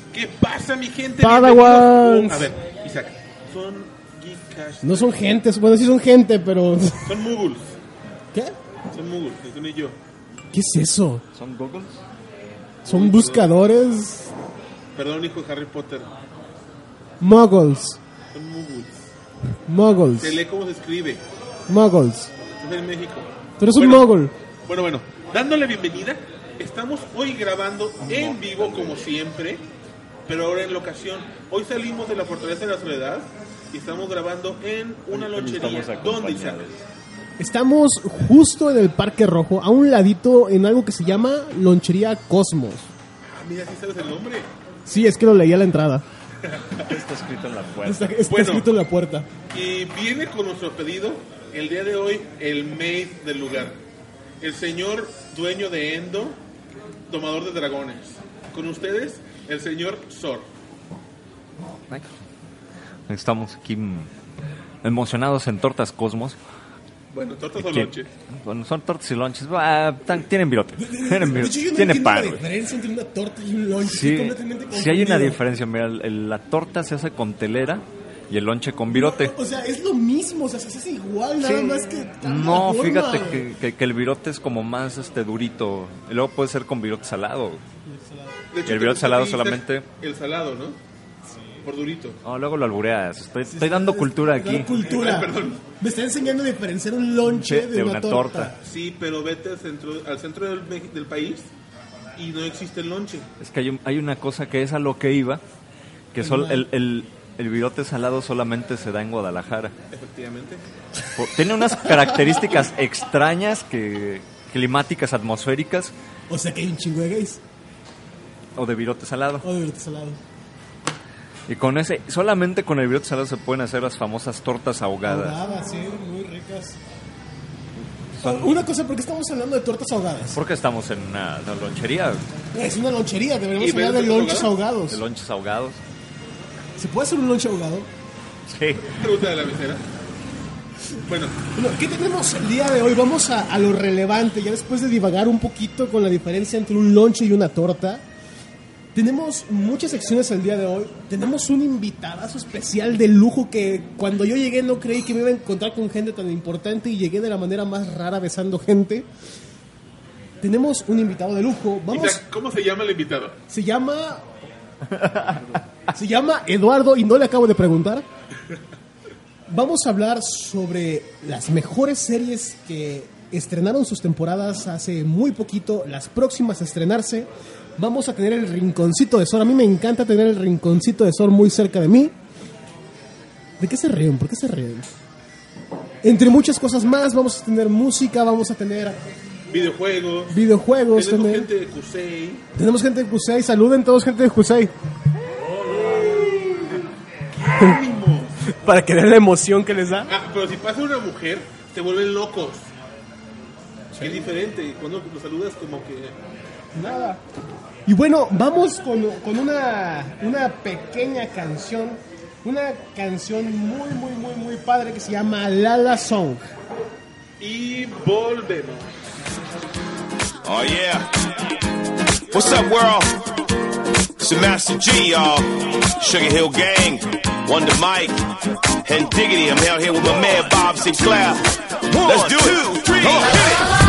¿Qué pasa, mi gente? Padawans. A ver, Isaac, son geekcast. No son gentes, bueno, sí son gente, pero... Son muggles. ¿Qué? Son muggles, eso ni yo. ¿Qué es eso? ¿Son Googles? ¿Son buscadores? Perdón, hijo de Harry Potter. Muggles. Son muggles. Muggles. Se lee cómo se escribe. Muggles. Es en México. Tú eres un muggle. Bueno, dándole bienvenida. Estamos hoy grabando en vivo como siempre, pero ahora en locación. Hoy salimos de la Fortaleza de la Soledad y estamos grabando en una lonchería. ¿Dónde, Isaac? Estamos justo en el Parque Rojo, a un ladito en algo que se llama Lonchería Cosmos. Ah, mira, sí sabes el nombre. Sí, es que lo leí a la entrada. Está escrito en la puerta. Está escrito en la puerta. Y viene con nuestro pedido el día de hoy el maid del lugar. El señor dueño de Endo, domador de dragones. Con ustedes, el señor Zor. Estamos aquí emocionados en Tortas Cosmos. Bueno, tortas o lonches. Bueno, son tortas y lonches. Tienen virote. De hecho, yo no Tienen entiendo pan. la diferencia entre una torta y un lonche. Sí, Estoy completamente confundido. sí hay una diferencia. Mira, la torta se hace con telera y el lonche con virote. No, o sea, es lo mismo, o sea, se hace igual, nada más que... No, fíjate que el virote es como más durito. Y luego puede ser con virote salado. De hecho, Y el virote salado te gusta solamente... El salado, ¿no? Por durito. No, luego lo albureas. Estoy dando cultura aquí. Dando cultura. Perdón. Me está enseñando a diferenciar un lonche de una torta. Sí, pero vete al centro del país y no existe el lonche. Es que hay una cosa que es a lo que iba, que el virote salado solamente se da en Guadalajara. Efectivamente. Tiene unas características extrañas climáticas, atmosféricas. O sea que hay un chingo de gays. O de virote salado. O de virote salado. Y solamente con el virote salado se pueden hacer las famosas tortas ahogadas. Ahogadas, sí, muy ricas. Una cosa, ¿por qué estamos hablando de tortas ahogadas? Porque estamos en una lonchería. Es una lonchería, deberíamos hablar de lonches ahogados. De lonches ahogados. ¿Se puede hacer un lonche ahogado? Sí. Pregunta de la mesera. Bueno, ¿qué tenemos el día de hoy? Vamos a lo relevante, ya después de divagar un poquito con la diferencia entre un lonche y una torta. Tenemos muchas secciones el día de hoy. Tenemos un invitadazo especial de lujo que cuando yo llegué no creí que me iba a encontrar con gente tan importante y llegué de la manera más rara besando gente. Tenemos un invitado de lujo. Isaac, ¿cómo se llama el invitado? Se llama Eduardo y no le acabo de preguntar. Vamos a hablar sobre las mejores series que estrenaron sus temporadas hace muy poquito, las próximas a estrenarse. Vamos a tener el rinconcito de Zor. A mí me encanta tener el rinconcito de Zor muy cerca de mí. ¿De qué se ríen? ¿Por qué se ríen? Entre muchas cosas más, vamos a tener música, vamos a tener... Videojuegos. Tenemos también. gente de Cusey. Tenemos gente de Cusey. Saluden todos, gente de Cusey. Para que vean la emoción que les da. Pero si pasa una mujer, se vuelven locos. Sí. Es diferente. Cuando los saludas como que... Nada. Y bueno, vamos con una pequeña canción. Una canción muy padre que se llama Lala Song. Y volvemos. Oh yeah. What's up, world? It's the Master G, y'all. Sugar Hill Gang, Wonder Mike, and Diggity. I'm out here with my man Bob Sinclair. Let's do it. 2, 3, come on, hit it.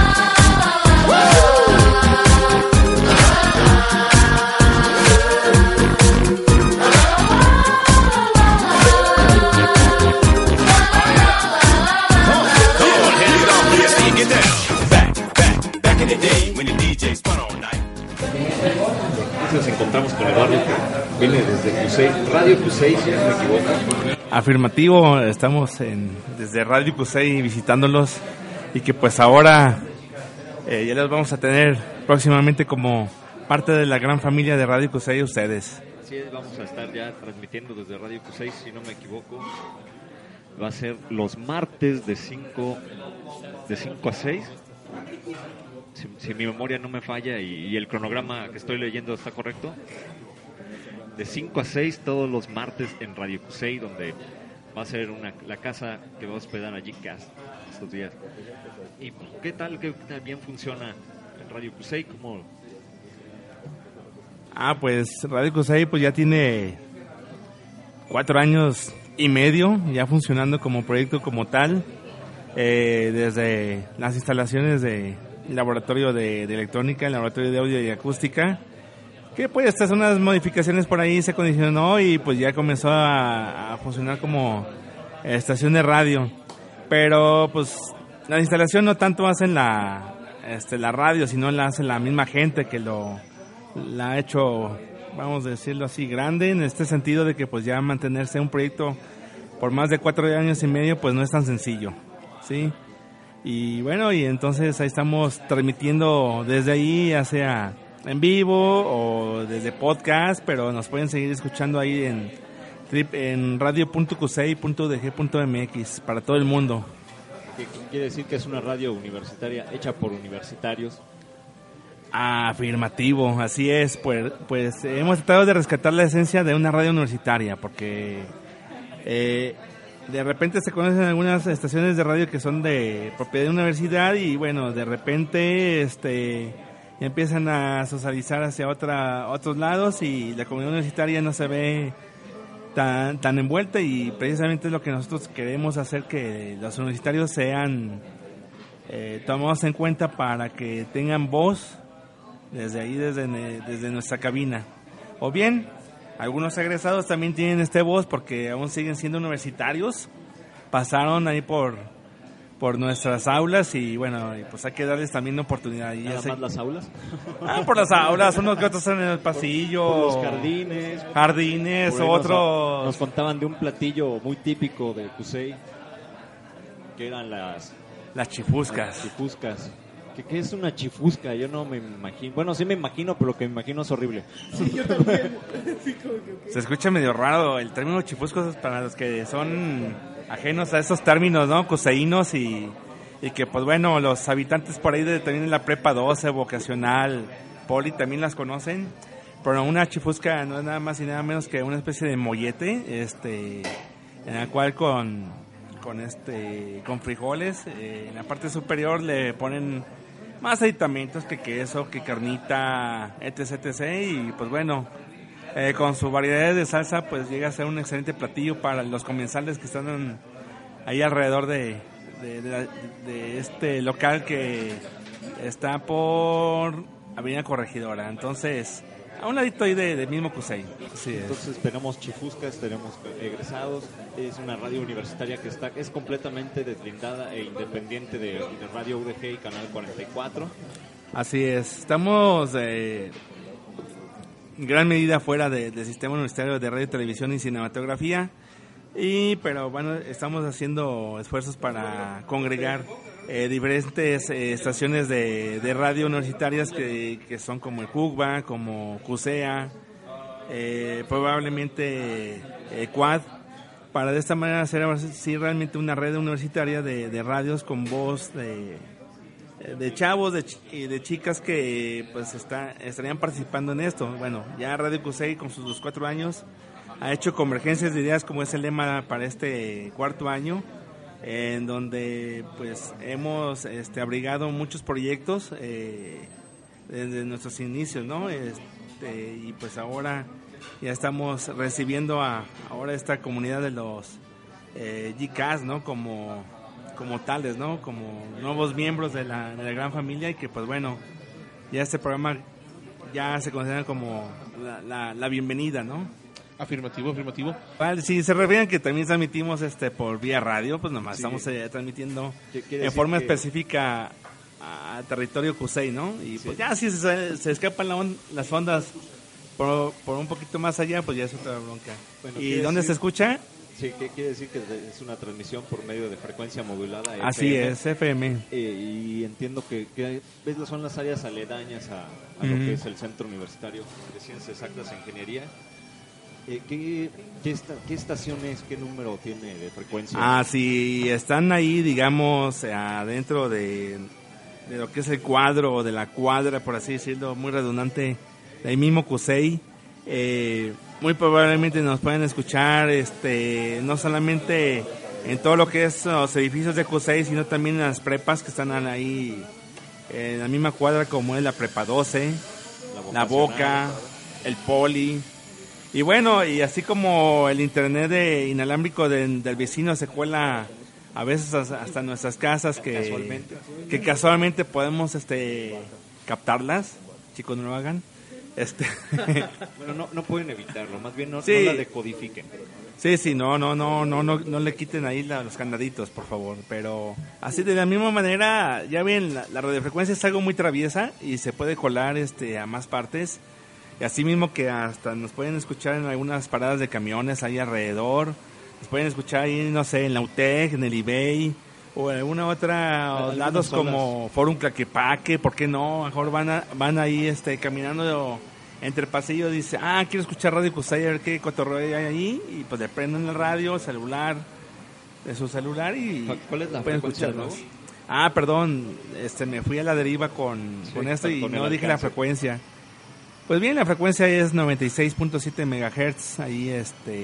Nos encontramos con Eduardo, que viene desde Cusey, Radio Cusey, si no me equivoco. Afirmativo, estamos desde Radio Cusey visitándolos y que pues ahora ya los vamos a tener próximamente como parte de la gran familia de Radio Cusey ustedes. Así es, vamos a estar ya transmitiendo desde Radio Cusey, si no me equivoco. Va a ser los martes de 5 a 6. Si mi memoria no me falla y el cronograma que estoy leyendo está correcto, de 5 a 6 todos los martes en Radio Cusey, donde va a ser la casa que va a hospedar a Gcast estos días. ¿Y ¿qué tal bien funciona en Radio Cusey? Pues Radio Cusey pues ya tiene 4 años y medio ya funcionando como proyecto como tal, desde las instalaciones de laboratorio de electrónica, el laboratorio de audio y acústica, que pues estas unas modificaciones por ahí se condicionó y pues ya comenzó a funcionar como estación de radio. Pero pues la instalación no tanto hace la radio, sino la hace la misma gente que la ha hecho, vamos a decirlo así, grande, en este sentido de que pues ya mantenerse un proyecto por más de 4 años y medio pues no es tan sencillo, ¿sí? Y bueno, y entonces ahí estamos transmitiendo desde ahí, ya sea en vivo o desde podcast, pero nos pueden seguir escuchando ahí en radio.cusey.udg.mx para todo el mundo. ¿Qué quiere decir que es una radio universitaria hecha por universitarios? Afirmativo, así es. Pues hemos tratado de rescatar la esencia de una radio universitaria, porque de repente se conocen algunas estaciones de radio que son de propiedad de universidad y bueno, de repente empiezan a socializar hacia otros lados y la comunidad universitaria no se ve tan envuelta, y precisamente es lo que nosotros queremos hacer, que los universitarios sean tomados en cuenta para que tengan voz desde ahí, desde nuestra cabina. O bien, algunos egresados también tienen voz porque aún siguen siendo universitarios, pasaron ahí por nuestras aulas y bueno, pues hay que darles también una oportunidad. ¿Nada más las aulas? Por las aulas, unos que otros en el pasillo. Por los jardines, otros. Nos contaban de un platillo muy típico de Cusey, que eran las chifuscas. Las chifuscas. ¿Qué es una chifusca? Yo no me imagino. Bueno, sí me imagino, pero lo que me imagino es horrible. Sí, yo también. Se escucha medio raro el término chifuscos para los que son ajenos a esos términos, ¿no? Cuseinos y que, pues bueno, los habitantes por ahí también de la prepa 12, vocacional, poli, también las conocen. Pero una chifusca no es nada más y nada menos que una especie de mollete, en la cual con frijoles, en la parte superior le ponen más aditamentos que queso, que carnita, etc. Y pues bueno, con su variedad de salsa pues llega a ser un excelente platillo para los comensales que están ahí alrededor de este local que está por Avenida Corregidora. Entonces, a un ladito ahí de mismo Cusey. Entonces tenemos chifuscas, tenemos egresados. Es una radio universitaria que es completamente deslindada e independiente de Radio UDG y Canal 44. Así es. Estamos en gran medida fuera del sistema universitario de radio, televisión y cinematografía. Pero bueno, estamos haciendo esfuerzos para congregar diferentes estaciones de radio universitarias que son como el CUCBA, como CUSEA, probablemente Quad, para de esta manera hacer sí, realmente una red universitaria de radios con voz de chavos y de chicas que pues estarían participando en esto. Bueno, ya Radio Cusey con sus 4 años ha hecho convergencias de ideas, como es el lema para este 4º año, en donde pues hemos abrigado muchos proyectos desde nuestros inicios, ¿no? Y pues ahora ya estamos recibiendo ahora esta comunidad de los GCAS, ¿no? Como tales, ¿no? Como nuevos miembros de la gran familia, y que pues bueno, ya este programa ya se considera como la bienvenida, ¿no? Afirmativo. Vale, si se refieren que también transmitimos por vía radio, pues nomás sí. Estamos transmitiendo en forma específica a territorio Cusey, ¿no? Y pues ya si se escapan las ondas por un poquito más allá, pues ya es otra bronca. Bueno, ¿y dónde se escucha? Sí, que quiere decir que es una transmisión por medio de frecuencia modulada. Así es, FM. Y entiendo que son las áreas aledañas a lo que es el Centro Universitario de Ciencias Exactas e Ingeniería. ¿Qué estaciones, qué número tiene de frecuencia? Sí, están ahí, digamos, adentro de lo que es el cuadro o de la cuadra, por así decirlo, muy redundante, de ahí mismo Cusey. Muy probablemente nos pueden escuchar no solamente en todo lo que es los edificios de Cusey, sino también en las prepas que están ahí en la misma cuadra, como es la Prepa 12, la Boca, el poli. Y bueno, y así como el internet inalámbrico del vecino se cuela a veces hasta nuestras casas que casualmente podemos captarlas, chicos, no lo hagan. Bueno, no pueden evitarlo, más bien no Sí. la decodifiquen. Sí, no le quiten ahí los candaditos, por favor. Pero así de la misma manera, ya ven, la radiofrecuencia es algo muy traviesa y se puede colar a más partes. Y así mismo que hasta nos pueden escuchar en algunas paradas de camiones ahí alrededor. Nos pueden escuchar ahí, no sé, en la UTEC, en el eBay o en alguna otra lados como Forum Tlaquepaque, ¿por qué no? Mejor van ahí caminando entre pasillos, dice, quiero escuchar Radio Cusay, a ver qué cotorreo hay ahí, y pues le prenden el radio, celular, de su celular y ¿Cuál es la pueden frecuencia escucharnos. nueva? Perdón, me fui a la deriva con esto y con el no dije la alcance. frecuencia. Pues bien, la frecuencia es 96.7 megahertz, ahí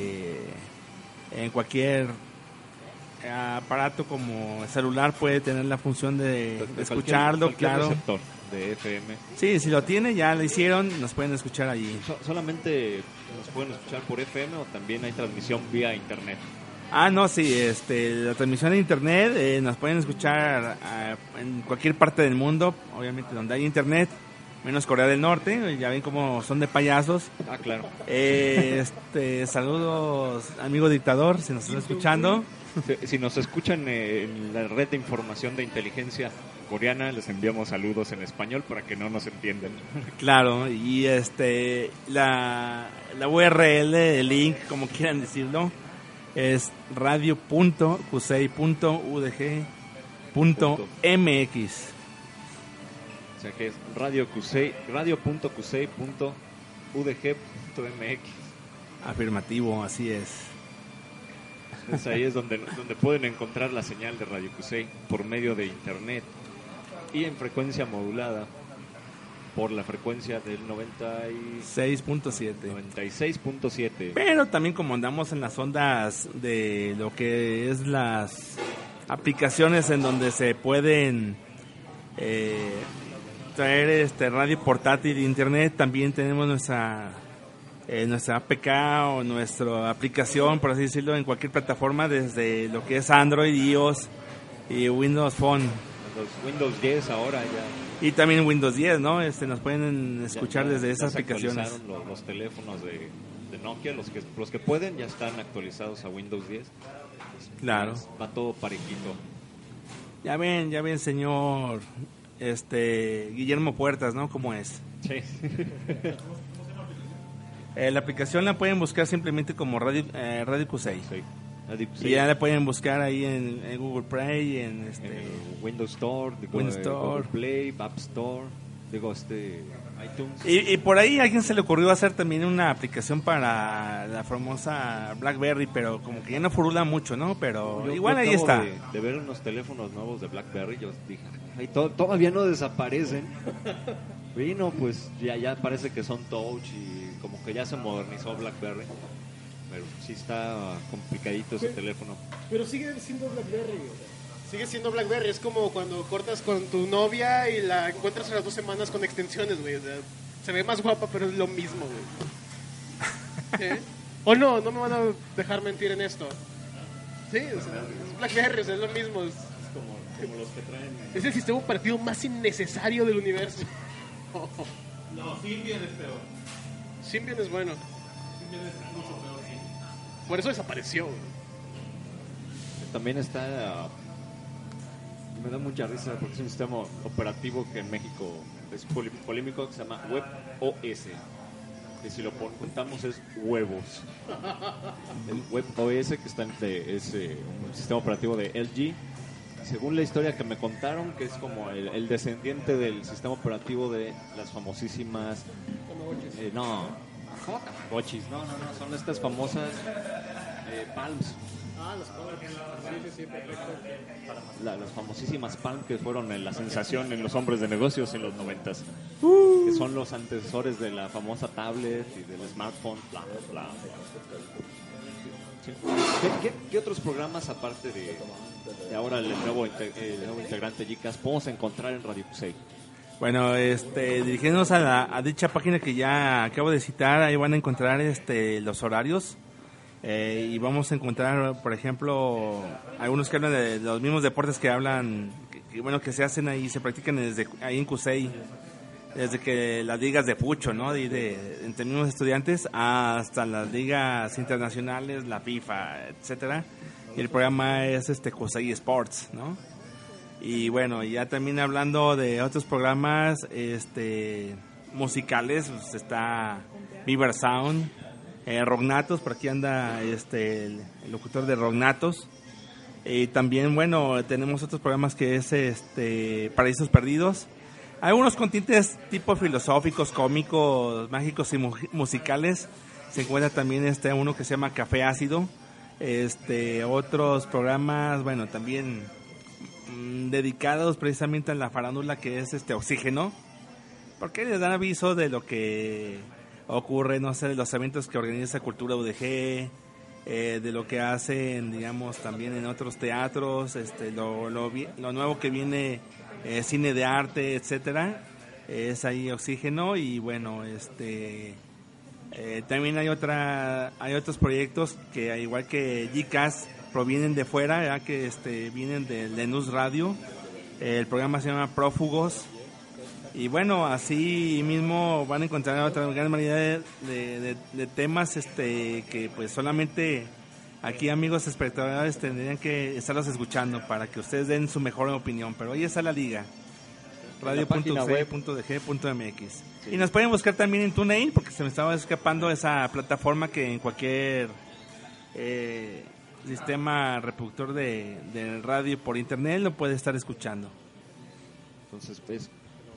en cualquier aparato como celular puede tener la función de escucharlo, cualquier claro. receptor de FM. Sí, si lo tiene, ya lo hicieron, nos pueden escuchar allí. Solamente nos pueden escuchar por FM o también hay transmisión vía internet. No, sí, la transmisión de internet, nos pueden escuchar en cualquier parte del mundo, obviamente donde hay internet, menos Corea del Norte, ya ven cómo son de payasos. Claro. Saludos, amigo dictador, si nos están escuchando. Si nos escuchan en la red de información de inteligencia coreana, les enviamos saludos en español para que no nos entiendan. Claro, y la URL, el link, como quieran decirlo, es radio.cusey.udg.mx. O sea que es radio.cusey.udg.mx. Afirmativo, así es. Entonces ahí es donde pueden encontrar la señal de Radio Cusey por medio de internet y en frecuencia modulada por la frecuencia del 96.7. Pero también como andamos en las ondas de lo que es las aplicaciones en donde se pueden traer radio portátil de internet, también tenemos nuestra APK o nuestra aplicación, por así decirlo, en cualquier plataforma, desde lo que es Android, iOS y Windows Phone. Windows 10 ahora ya. Y también Windows 10, ¿no? Nos pueden escuchar desde esas se aplicaciones. actualizaron los teléfonos de Nokia, los que pueden ya están actualizados a Windows 10. Claro. Va todo parejito. Ya ven, señor Guillermo Puertas, ¿no? ¿Cómo es? Sí. La aplicación la pueden buscar simplemente como Radio Cusey. Sí. Y ya la pueden buscar ahí en Google Play, en el Windows Store, Google Play, App Store, iTunes. Y por ahí a alguien se le ocurrió hacer también una aplicación para la famosa BlackBerry, pero como que ya no furula mucho, ¿no? Pero igual ahí está. De ver unos teléfonos nuevos de BlackBerry, yo dije, todavía no desaparecen. Y no, pues ya parece que son touch y como que ya se modernizó BlackBerry. Pero sí está complicadito ese teléfono. Pero sigue siendo BlackBerry, sigue siendo BlackBerry. Es como cuando cortas con tu novia y la encuentras a las 2 semanas con extensiones, güey. O sea, se ve más guapa, pero es lo mismo, güey. ¿O no me van a dejar mentir en esto? Sí, o sea, es BlackBerry, o sea, es lo mismo. Es Como los que traen. Es el sistema operativo más innecesario del universo. No, Symbian es peor. Symbian es bueno. Symbian es mucho peor, sí. Por eso desapareció, güey. También está. Me da mucha risa porque es un sistema operativo que en México es polémico, que se llama WebOS. Que si lo juntamos es huevos. El WebOS, que es un sistema operativo de LG. Según la historia que me contaron, que es como el descendiente del sistema operativo de las famosísimas... Tamagotchis. No, son estas famosas Palms. Los Palms. Sí, perfecto. Las famosísimas Palm, que fueron la sensación en los hombres de negocios en los 90s. Que son los antecesores de la famosa tablet y del smartphone. Bla, bla. Sí. ¿Qué otros programas, aparte de ahora el nuevo integrante Gcas, podemos encontrar en Radio Cusey? Bueno, dirigiéndonos a dicha página que ya acabo de citar, ahí van a encontrar los horarios y vamos a encontrar, por ejemplo, algunos que hablan de los mismos deportes que hablan, que se hacen ahí, se practican desde ahí en CUSEI, desde que las ligas de fucho, ¿no? Entre mismos estudiantes hasta las ligas internacionales, la FIFA, etcétera. Y el programa es CUSEI Sports, ¿no? Y bueno, ya también hablando de otros programas musicales, pues está Beaver Sound, Rognatos, por aquí anda el locutor de Rognatos. Y también, bueno, tenemos otros programas que es Paraísos Perdidos. Algunos con tintes tipo filosóficos, cómicos, mágicos y musicales. Se encuentra también uno que se llama Café Ácido. Otros programas, bueno, también dedicados precisamente a la farándula, que es Oxígeno, porque les dan aviso de lo que ocurre, no sé, de los eventos que organiza Cultura UDG, de lo que hacen, digamos, también en otros teatros, lo nuevo que viene, cine de arte, etcétera, es ahí Oxígeno. Y bueno, también hay otros proyectos que, al igual que GCAS, provienen de fuera, ya que vienen de Lenus Radio. El programa se llama Prófugos. Y bueno, así mismo van a encontrar otra gran variedad de temas que pues solamente aquí, amigos espectadores, tendrían que estarlos escuchando para que ustedes den su mejor opinión. Pero ahí está la liga, radio.c.dg.mx. Sí. Y nos pueden buscar también en TuneIn, porque se me estaba escapando esa plataforma que en cualquier sistema reproductor de radio por internet lo puede estar escuchando. Entonces, pues,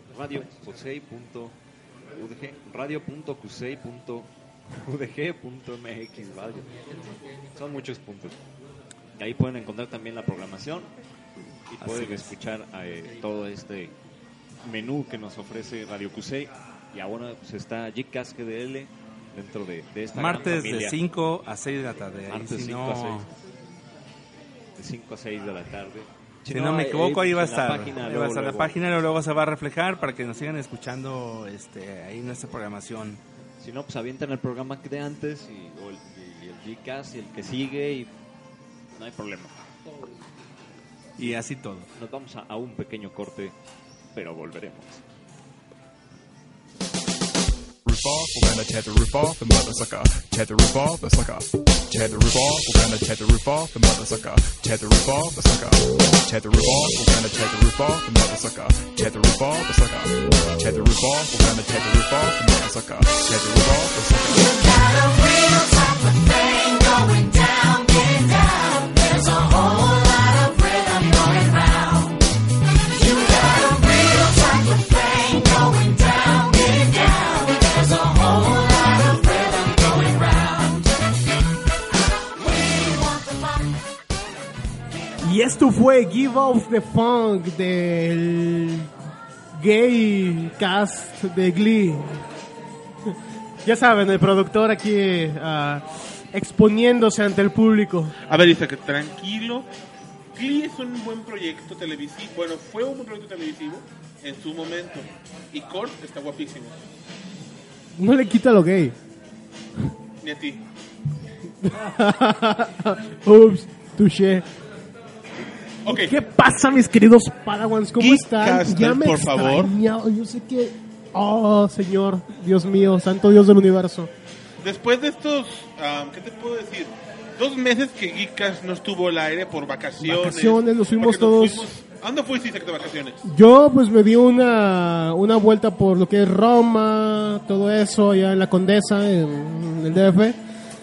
radio.cusei.udg.mx, radio. Son muchos puntos. Y ahí pueden encontrar también la programación y pueden escuchar todo este menú que nos ofrece Radio Cusei. Y ahora pues está GCAS GDL dentro de esta martes gran familia. De 5 a 6 de la tarde. Martes si 5 no... a 6. De 5 a 6 de la tarde. Si no me equivoco, ahí va a estar. La página, luego se va a reflejar para que nos sigan escuchando ahí nuestra programación. Si no, pues avientan el programa de antes y el GCAS y el que sigue y no hay problema. Y así todo. Nos vamos a un pequeño corte, pero volveremos. Roof off, we're gonna tear the roof off, the mother sucker. Tear the roof off, the sucker. Tear the roof off, we're gonna tear the roof off, the mother sucker. Tear the roof off, the sucker. Tear the roof off, we're gonna tear the roof off, the mother sucker. Tear the roof off, the sucker. Tear the roof off, we're gonna tear the roof off, the mother sucker. Tear the roof off, the sucker. You got a real type of thing going down, getting down. There's a whole lot of rhythm going round. You got a real type of thing going down, getting down. There's a whole lot of rhythm going round. We want the funk. Y esto fue Give Off the Funk del gay cast de Glee. Ya saben, el productor aquí exponiéndose ante el público. A ver, Isaac, tranquilo. Glee es un buen proyecto televisivo. Bueno, fue un buen proyecto televisivo en su momento. Y Kurt está guapísimo. No le quita lo gay. Ni a ti. Ups, touché. Ok. ¿Qué pasa, mis queridos Padawans? ¿Cómo están? Geekcasters, Ya me por favor. extrañaba. Yo sé que... Oh, Señor, Dios mío, Santo Dios del Universo. Después de estos, ¿qué te puedo decir? 2 meses que Geekcast no estuvo al aire por vacaciones. Vacaciones, nos fuimos Porque nos todos. ¿A dónde fuiste, Isaac, de vacaciones? Yo pues me di una vuelta por lo que es Roma, todo eso, allá en la Condesa, en el DF.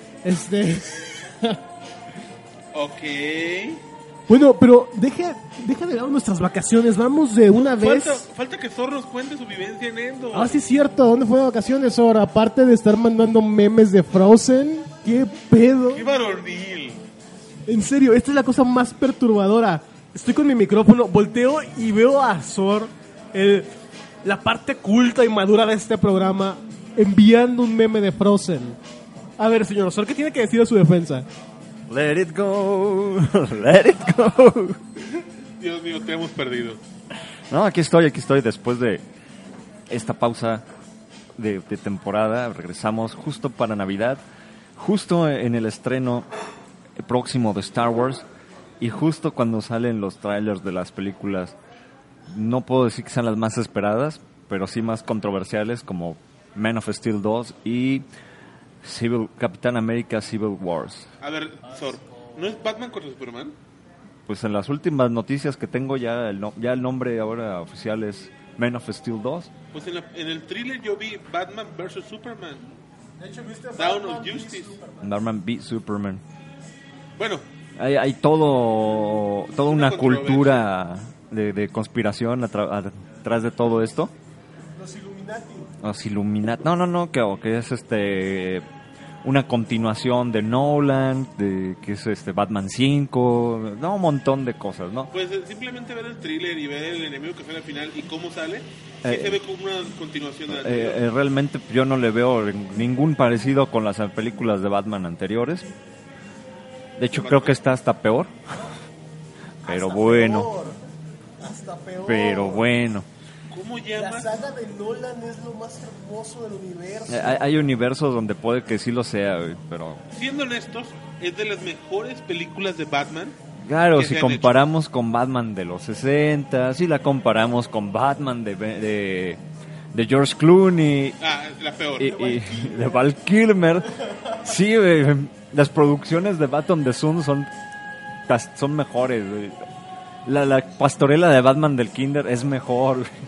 Ok. Bueno, pero deja de lado nuestras vacaciones, vamos de una vez. Falta que Zor nos cuente su vivencia en Endo. Ah, sí es cierto, ¿dónde fue de vacaciones ahora? Aparte de estar mandando memes de Frozen, ¿qué pedo? ¡Qué varonil! En serio, esta es la cosa más perturbadora. Estoy con mi micrófono, volteo y veo a Zor, la parte culta y madura de este programa, enviando un meme de Frozen. A ver, señor Zor, ¿qué tiene que decir a su defensa? Let it go, let it go. Dios mío, te hemos perdido. No, aquí estoy después de esta pausa de temporada. Regresamos justo para Navidad, justo en el estreno próximo de Star Wars y justo cuando salen los trailers de las películas. No puedo decir que sean las más esperadas, pero sí más controversiales, como Man of Steel 2 y Capitán América Civil Wars. A ver, Sor, ¿no es Batman contra Superman? Pues en las últimas noticias que tengo ya el nombre ahora oficial es Man of Steel 2. Pues en el thriller yo vi Batman vs Superman. De hecho, ¿viste Dawn of Justice? Batman beat Superman. Bueno, Hay toda una cultura de conspiración atrás de todo esto. Los Illuminati. No, que es una continuación de Nolan, que es Batman 5, no, un montón de cosas, ¿no? pues simplemente ver el thriller y ver el enemigo que sale al final y cómo sale, sí se ve como una continuación de la anterior. Realmente yo no le veo ningún parecido con las películas de Batman anteriores. De hecho, creo que está hasta peor. Pero bueno. Hasta peor. Pero bueno. ¿Cómo La llamas? saga de Nolan es lo más hermoso del universo. Hay universos donde puede que sí lo sea, güey, pero... Siendo honestos, es de las mejores películas de Batman. Claro, que si se han comparamos con Batman de los 60, si la comparamos con Batman de George Clooney La peor. y de Val Kilmer, sí, güey, las producciones de Batman de Sun son mejores, güey. La pastorela de Batman del Kinder es mejor, güey.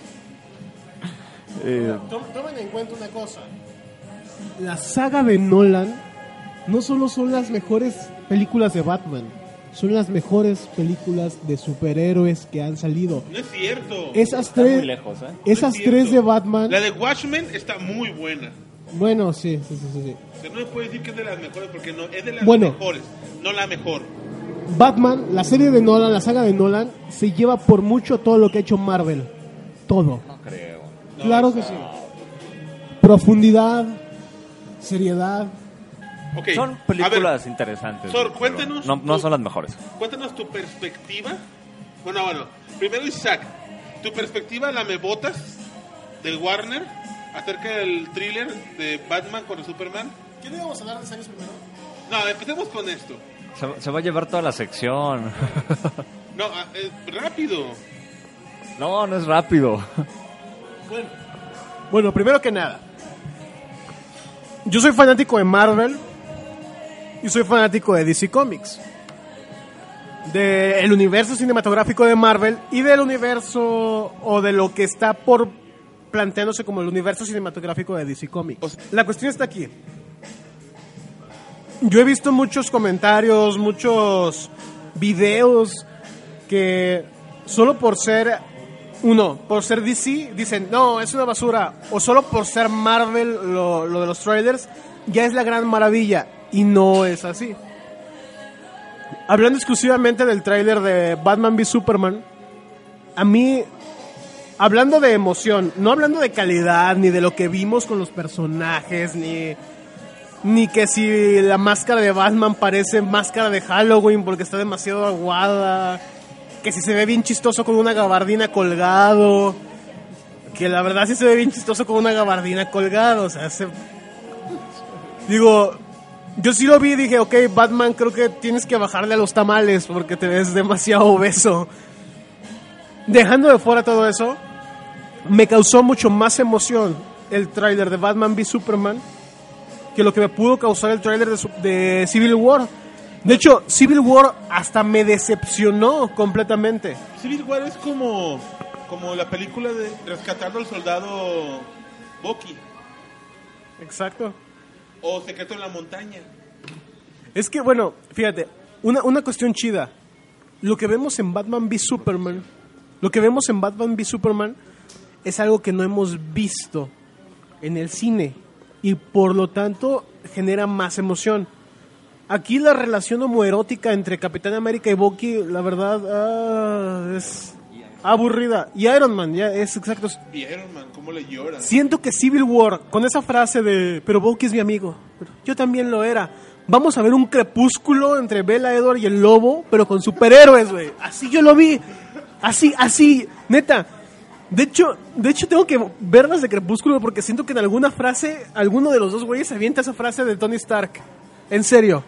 Tomen en cuenta una cosa. La saga de Nolan no solo son las mejores películas de Batman, son las mejores películas de superhéroes que han salido. No es cierto. Esas Está tres, muy lejos, ¿eh? esas No es tres de cierto. Batman. La de Watchmen está muy buena. Bueno, sí. O sea, no se puede decir que es de las mejores porque no es de las Bueno. mejores, no la mejor. Batman, la serie de Nolan, la saga de Nolan, se lleva por mucho todo lo que ha hecho Marvel. Todo. No creo. Claro que sí. Profundidad, seriedad. Okay. Son a películas ver, interesantes. Sor, güey, pero cuéntanos no tú- son las mejores. Cuéntanos tu perspectiva. Bueno, primero Isaac, tu perspectiva la me botas del Warner acerca del thriller de Batman contra Superman. ¿Qué íbamos a hablar de series primero? No, empecemos con esto. Se va a llevar toda la sección. No, rápido. No es rápido. Bueno, primero que nada, yo soy fanático de Marvel y soy fanático de DC Comics, del universo cinematográfico de Marvel y del universo o de lo que está por planteándose como el universo cinematográfico de DC Comics. La cuestión está aquí. Yo he visto muchos comentarios, muchos videos que solo por ser por ser DC dicen no, es una basura, o solo por ser Marvel lo de los trailers ya es la gran maravilla, y no es así. Hablando exclusivamente del trailer de Batman v Superman, a mí, hablando de emoción, no hablando de calidad ni de lo que vimos con los personajes, ni que si la máscara de Batman parece máscara de Halloween porque está demasiado aguada, que si se ve bien chistoso con una gabardina colgado, que la verdad sí se ve bien chistoso con una gabardina colgado, o sea, digo, yo sí lo vi y dije, ok, Batman, creo que tienes que bajarle a los tamales porque te ves demasiado obeso. Dejando de fuera todo eso, me causó mucho más emoción el tráiler de Batman v Superman que lo que me pudo causar el tráiler de Civil War. De hecho, Civil War hasta me decepcionó completamente. Civil War es como la película de Rescatando al Soldado Bucky Exacto. o Secreto en la Montaña. Es que, bueno, fíjate, una cuestión chida. Lo que vemos en Batman v Superman, es algo que no hemos visto en el cine y por lo tanto genera más emoción. Aquí la relación homoerótica entre Capitán América y Bucky, la verdad, es aburrida. Y Iron Man, ya es exacto. Y Iron Man, ¿cómo le llora? Siento que Civil War, con esa frase de, pero Bucky es mi amigo, pero yo también lo era. Vamos a ver un crepúsculo entre Bella Edward y el lobo, pero con superhéroes, güey. Así yo lo vi. Así, neta. De hecho tengo que ver las de Crepúsculo porque siento que en alguna frase, alguno de los dos güeyes avienta esa frase de Tony Stark. En serio.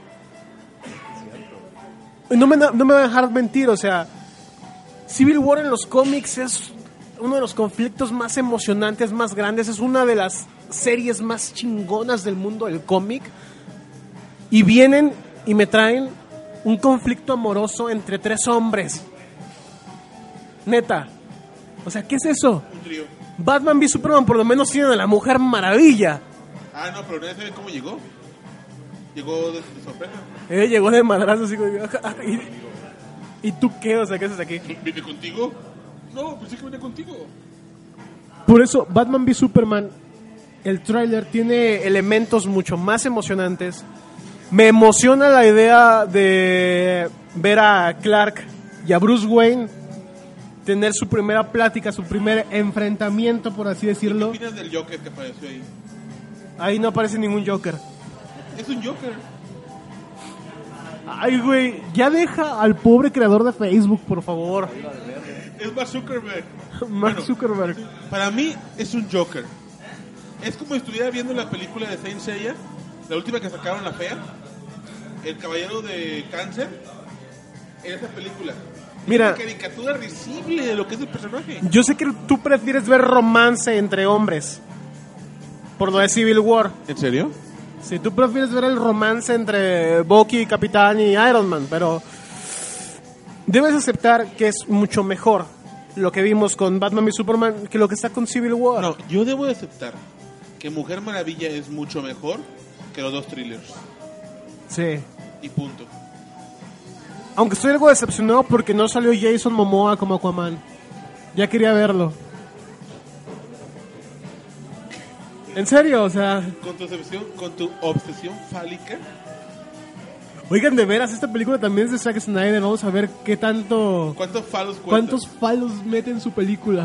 No me va a dejar mentir, o sea, Civil War en los cómics es uno de los conflictos más emocionantes, más grandes, es una de las series más chingonas del mundo del cómic. Y vienen y me traen un conflicto amoroso entre 3 hombres. Neta. O sea, ¿qué es eso? Un trío. Batman v Superman por lo menos tienen a la Mujer Maravilla. Ah, no, pero nadie sabe cómo llegó. Llegó de sorpresa. Llegó de madrazo así como... ¿Y tú qué? O sea, ¿qué haces aquí? ¿Vine contigo? No, pensé que venía contigo. Por eso, Batman v Superman, el tráiler tiene elementos mucho más emocionantes. Me emociona la idea de ver a Clark y a Bruce Wayne tener su primera plática, su primer enfrentamiento, por así ¿Qué decirlo. opinas del Joker que apareció ahí? Ahí no aparece ningún Joker. Es un Joker. Ay, güey, ya deja al pobre creador de Facebook, por favor. Es Mark Zuckerberg. Mark Bueno, Zuckerberg. Para mí es un Joker. Es como si estuviera viendo la película de Saint Seiya, la última que sacaron, la fea, El Caballero de Cáncer. En esa película. Mira. Es una caricatura risible de lo que es el personaje. Yo sé que tú prefieres ver romance entre hombres, por lo de Civil War. ¿En serio? Si tú prefieres ver el romance entre Bucky, Capitán y Iron Man, pero debes aceptar que es mucho mejor lo que vimos con Batman y Superman que lo que está con Civil War. No, yo debo de aceptar que Mujer Maravilla es mucho mejor que los 2 thrillers. Sí. Y punto. Aunque estoy algo decepcionado porque no salió Jason Momoa como Aquaman. Ya quería verlo. En serio, o sea... Con tu obsesión fálica. Oigan, de veras, esta película también es de Zack Snyder. Vamos a ver qué tanto... ¿Cuántos falos cuentas? ¿Cuántos falos mete en su película?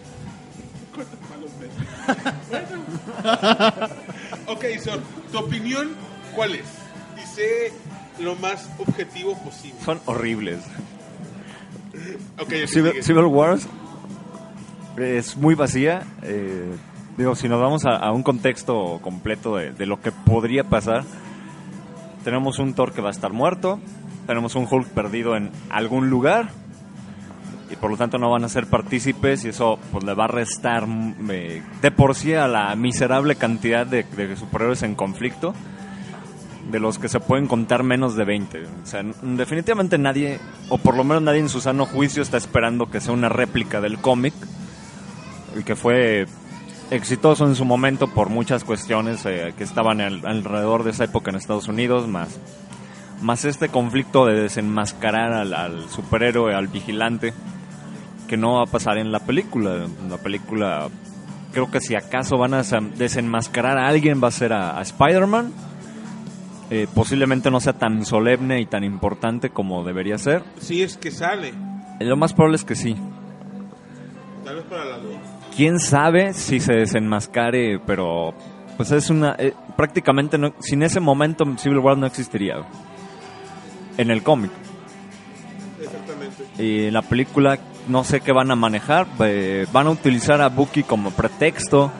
¿Cuántos falos ves? Ok, Son, ¿tu opinión cuál es? Y sé lo más objetivo posible. Son horribles. Okay, Civil Wars es muy vacía. Digo, si nos vamos a un contexto completo de lo que podría pasar, tenemos un Thor que va a estar muerto, tenemos un Hulk perdido en algún lugar y por lo tanto no van a ser partícipes y eso pues le va a restar de por sí a la miserable cantidad de superhéroes en conflicto, de los que se pueden contar menos de 20. O sea, definitivamente nadie, o por lo menos nadie en su sano juicio, está esperando que sea una réplica del cómic, el que fue exitoso en su momento por muchas cuestiones que estaban alrededor de esa época en Estados Unidos, más este conflicto de desenmascarar al superhéroe, al vigilante, que no va a pasar en la película. En la película creo que si acaso van a desenmascarar a alguien va a ser a Spider-Man. Posiblemente no sea tan solemne y tan importante como debería ser. Si es que sale. Lo más probable es que sí. Tal vez para la 2. Quién sabe si se desenmascare, pero pues es una prácticamente no, sin ese momento Civil War no existiría en el cómic. Exactamente. Y en la película no sé qué van a manejar. Van a utilizar a Bucky como pretexto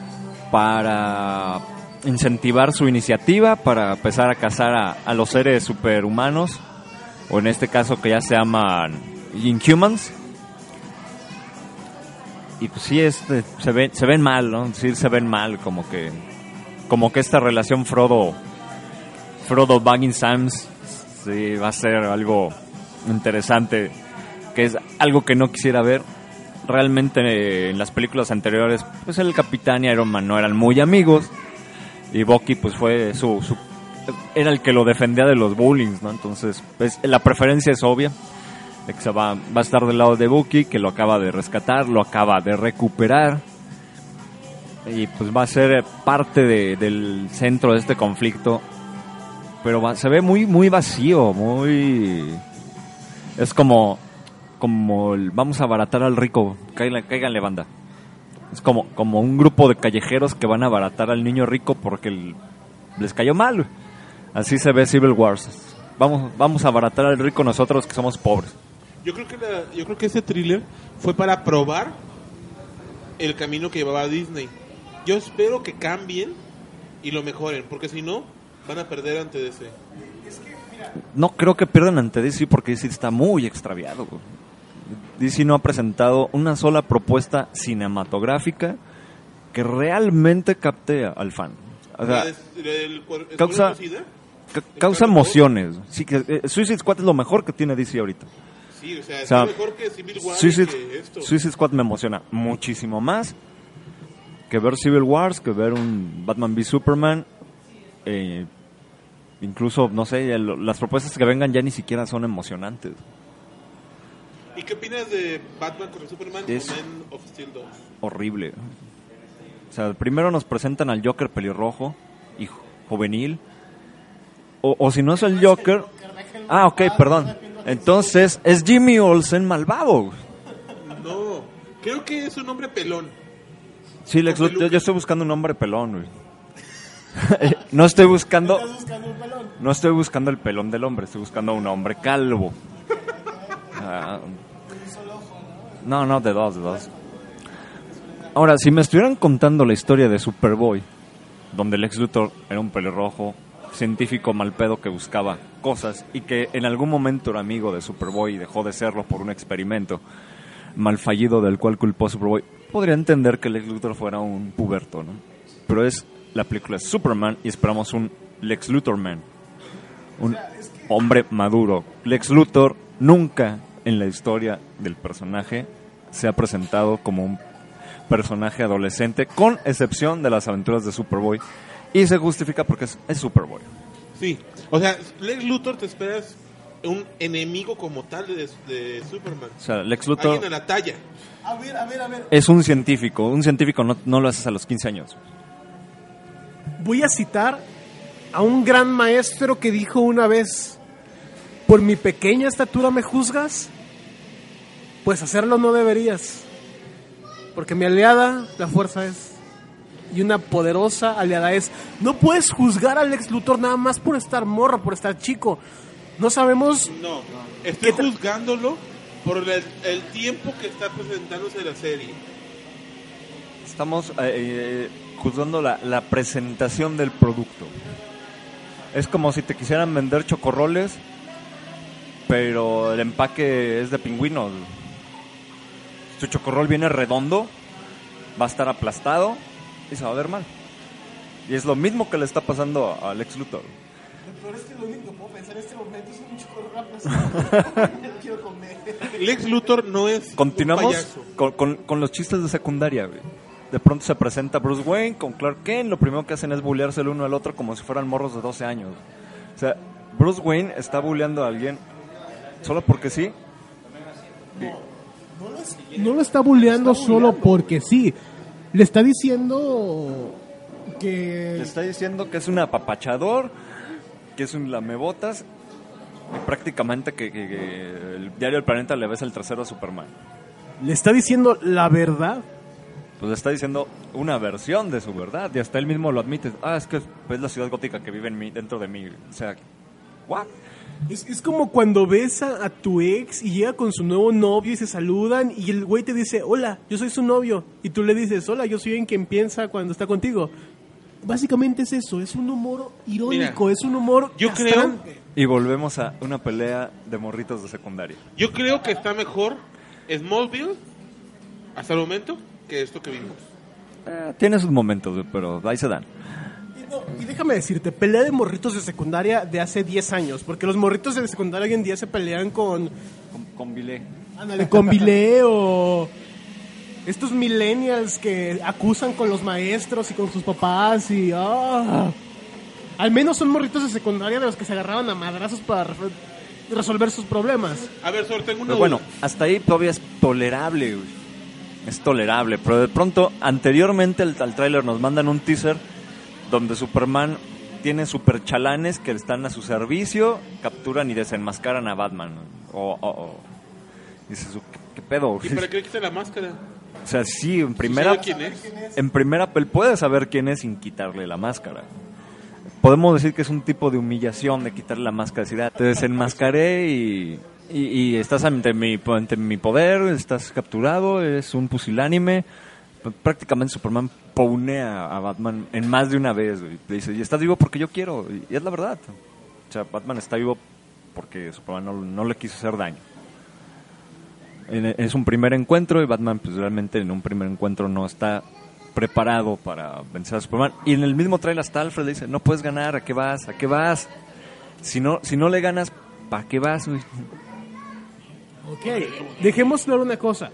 para incentivar su iniciativa, para empezar a cazar a los seres superhumanos, o en este caso que ya se llaman Inhumans. Y pues sí, se ven mal, ¿no? Sí, se ven mal, como que esta relación Frodo Baggins Sams sí va a ser algo interesante, que es algo que no quisiera ver. Realmente en las películas anteriores, pues el Capitán y Iron Man no eran muy amigos, y Bucky pues fue era el que lo defendía de los bullying, ¿no? Entonces pues la preferencia es obvia de que va a estar del lado de Bucky, que lo acaba de rescatar, lo acaba de recuperar, y pues va a ser parte del centro de este conflicto, pero se ve muy muy vacío, es como vamos a abaratar al rico, cáiganle banda. Es como un grupo de callejeros que van a abaratar al niño rico porque les cayó mal. Así se ve Civil Wars. Vamos a abaratar al rico nosotros que somos pobres. Yo creo que ese thriller fue para probar el camino que llevaba Disney. Yo espero que cambien y lo mejoren, porque si no, van a perder ante DC. No creo que pierdan ante DC porque DC está muy extraviado. Güey. DC no ha presentado una sola propuesta cinematográfica que realmente capte al fan. O sea, causa emociones. Sí, que Suicide Squad es lo mejor que tiene DC ahorita. Sí, o sea, sea, es mejor que Civil War que esto. Suicide Squad me emociona muchísimo más que ver Civil Wars, que ver un Batman v Superman. Incluso, no sé, las propuestas que vengan ya ni siquiera son emocionantes. ¿Y qué opinas de Batman contra Superman o Es Man of Steel 2? horrible. O sea, primero nos presentan al Joker pelirrojo y juvenil. O si no es el Joker... Ah, ok, perdón. Entonces, es Jimmy Olsen malvado. No, creo que es un hombre pelón. Sí, Lex Luthor, yo estoy buscando un hombre pelón, güey. No estoy buscando el pelón del hombre, estoy buscando a un hombre calvo. No, de dos. Ahora, si me estuvieran contando la historia de Superboy, donde Lex Luthor era un pelirrojo científico malpedo que buscaba cosas y que en algún momento era amigo de Superboy y dejó de serlo por un experimento mal fallido del cual culpó a Superboy, podría entender que Lex Luthor fuera un puberto, ¿no? Pero es la película de Superman y esperamos un Lex Luthor Man, un hombre maduro. Lex Luthor nunca en la historia del personaje se ha presentado como un personaje adolescente, con excepción de las aventuras de Superboy, y se justifica porque es Superboy. Sí, o sea, Lex Luthor te esperas un enemigo como tal de Superman. O sea, Lex Luthor Alguien a la talla. A ver. es un científico no lo haces a los 15 años. Voy a citar a un gran maestro que dijo una vez: ¿por mi pequeña estatura me juzgas? Pues hacerlo no deberías, porque mi aliada, la fuerza es, y una poderosa aliada es. No puedes juzgar a Lex Luthor nada más por estar morro, por estar chico. No sabemos. No, estoy juzgándolo por el tiempo que está presentándose la serie. Estamos juzgando la presentación del producto. Es como si te quisieran vender chocorroles, pero el empaque es de pingüinos. Si tu chocorrol viene redondo, va a estar aplastado y se va a ver mal. Y es lo mismo que le está pasando a Lex Luthor. Pero es que lo único que puedo pensar en este momento es un chocorrol aplastado. No quiero comer. Lex Luthor no es Continuamos un payaso. con los chistes de secundaria, güey. De pronto se presenta Bruce Wayne con Clark Kent. Lo primero que hacen es bullearse el uno al otro como si fueran morros de 12 años. O sea, Bruce Wayne está bulleando a alguien solo porque sí. No lo está bulleando solo porque sí. Le está diciendo que... Le está diciendo que es un apapachador, que es un lamebotas, y prácticamente que el diario El Planeta le besa el trasero a Superman. Le está diciendo la verdad. Pues le está diciendo una versión de su verdad, y hasta él mismo lo admite. Es que es la ciudad gótica que vive dentro de mí. O sea, ¿what? Es como cuando ves a tu ex y llega con su nuevo novio y se saludan y el güey te dice: hola, yo soy su novio. Y tú le dices: hola, yo soy en quien piensa cuando está contigo. Básicamente es eso, es un humor irónico, Mira, es un humor yo castrante. Y volvemos a una pelea de morritos de secundaria. Yo creo que está mejor Smallville hasta el momento que esto que vimos. Tiene sus momentos, pero ahí se dan. Y déjame decirte, pelea de morritos de secundaria de hace 10 años, porque los morritos de secundaria hoy en día se pelean con Bilé. Ándale, con Bilé o estos millennials que acusan con los maestros y con sus papás y... Al menos son morritos de secundaria de los que se agarraban a madrazos para resolver sus problemas. A ver, Sor, tengo una Pero bueno, duda. hasta ahí todavía es tolerable, güey. Es tolerable, pero de pronto, anteriormente al tráiler nos mandan un teaser donde Superman tiene super chalanes que están a su servicio, capturan y desenmascaran a Batman. Dices, ¿qué pedo? ¿Y para qué le quita la máscara? O sea, sí, en primera... ¿Sabe quién es? En primera, él puede saber quién es sin quitarle la máscara. Podemos decir que es un tipo de humillación de quitarle la máscara, decir, te desenmascaré y estás ante mi poder, estás capturado, eres un pusilánime, prácticamente Superman paunea a Batman en más de una vez, güey. Le dice, y estás vivo porque yo quiero, y es la verdad. O sea, Batman está vivo porque Superman no le quiso hacer daño. Es un primer encuentro y Batman pues realmente en un primer encuentro no está preparado para vencer a Superman. Y en el mismo trailer hasta Alfred le dice, no puedes ganar, ¿a qué vas? ¿A qué vas? Si no le ganas, ¿para qué vas, güey? Ok, dejemos claro una cosa.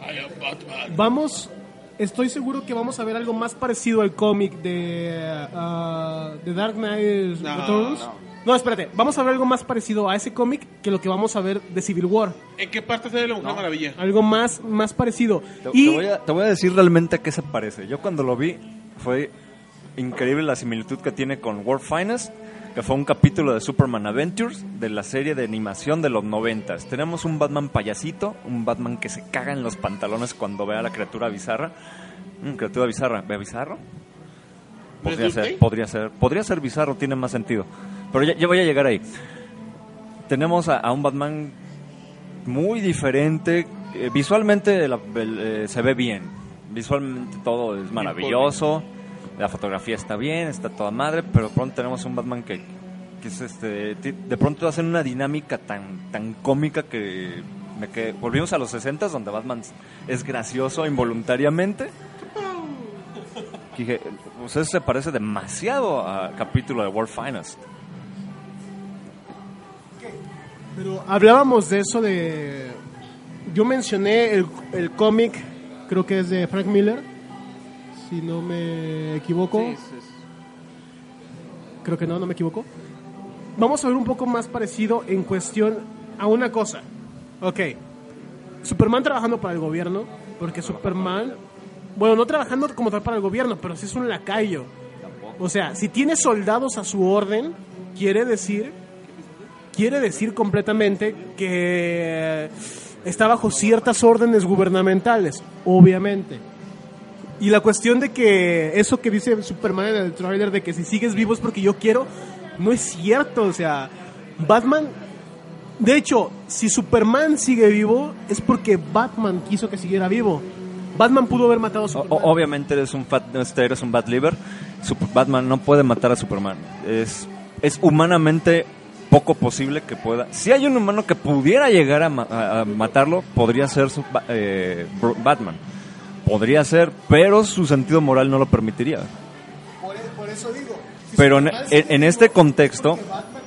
Estoy seguro que vamos a ver algo más parecido al cómic de Dark Knight Returns. No, espérate, vamos a ver algo más parecido a ese cómic que lo que vamos a ver de Civil War. ¿En qué parte sale la Mujer Maravilla? Algo más parecido. Te voy a decir realmente a qué se parece. Yo cuando lo vi fue increíble la similitud que tiene con World Finest, que fue un capítulo de Superman Adventures de la serie de animación de los 90s. Tenemos un Batman payasito, un Batman que se caga en los pantalones cuando ve a la criatura bizarra. Criatura bizarra, ¿ve bizarro? Podría ser bizarro, tiene más sentido. Pero ya voy a llegar ahí. Tenemos a un Batman muy diferente. Visualmente se ve bien. Visualmente todo es maravilloso. La fotografía está bien, está toda madre. Pero de pronto tenemos un Batman que es de pronto hacen una dinámica tan cómica que volvimos a los 60s donde Batman es gracioso involuntariamente. Dije, pues eso se parece demasiado al capítulo de World Finest. Pero hablábamos de eso de... Yo mencioné el cómic, creo que es de Frank Miller, si no me equivoco. Sí. Creo que no me equivoco. Vamos a ver un poco más parecido en cuestión a una cosa. Ok, Superman trabajando para el gobierno, porque Superman... Bueno, no trabajando como tal para el gobierno, pero sí es un lacayo. O sea, si tiene soldados a su orden, quiere decir completamente que está bajo ciertas órdenes gubernamentales, obviamente. Y la cuestión de que eso que dice Superman en el trailer de que si sigues vivo es porque yo quiero, no es cierto. O sea, Batman, de hecho, si Superman sigue vivo es porque Batman quiso que siguiera vivo. Batman pudo haber matado a Superman. Obviamente eres un bad liver. Batman no puede matar a Superman. Es humanamente poco posible que pueda. Si hay un humano que pudiera llegar a matarlo, podría ser Batman. Podría ser, pero su sentido moral no lo permitiría. Por eso digo. Pero en este contexto,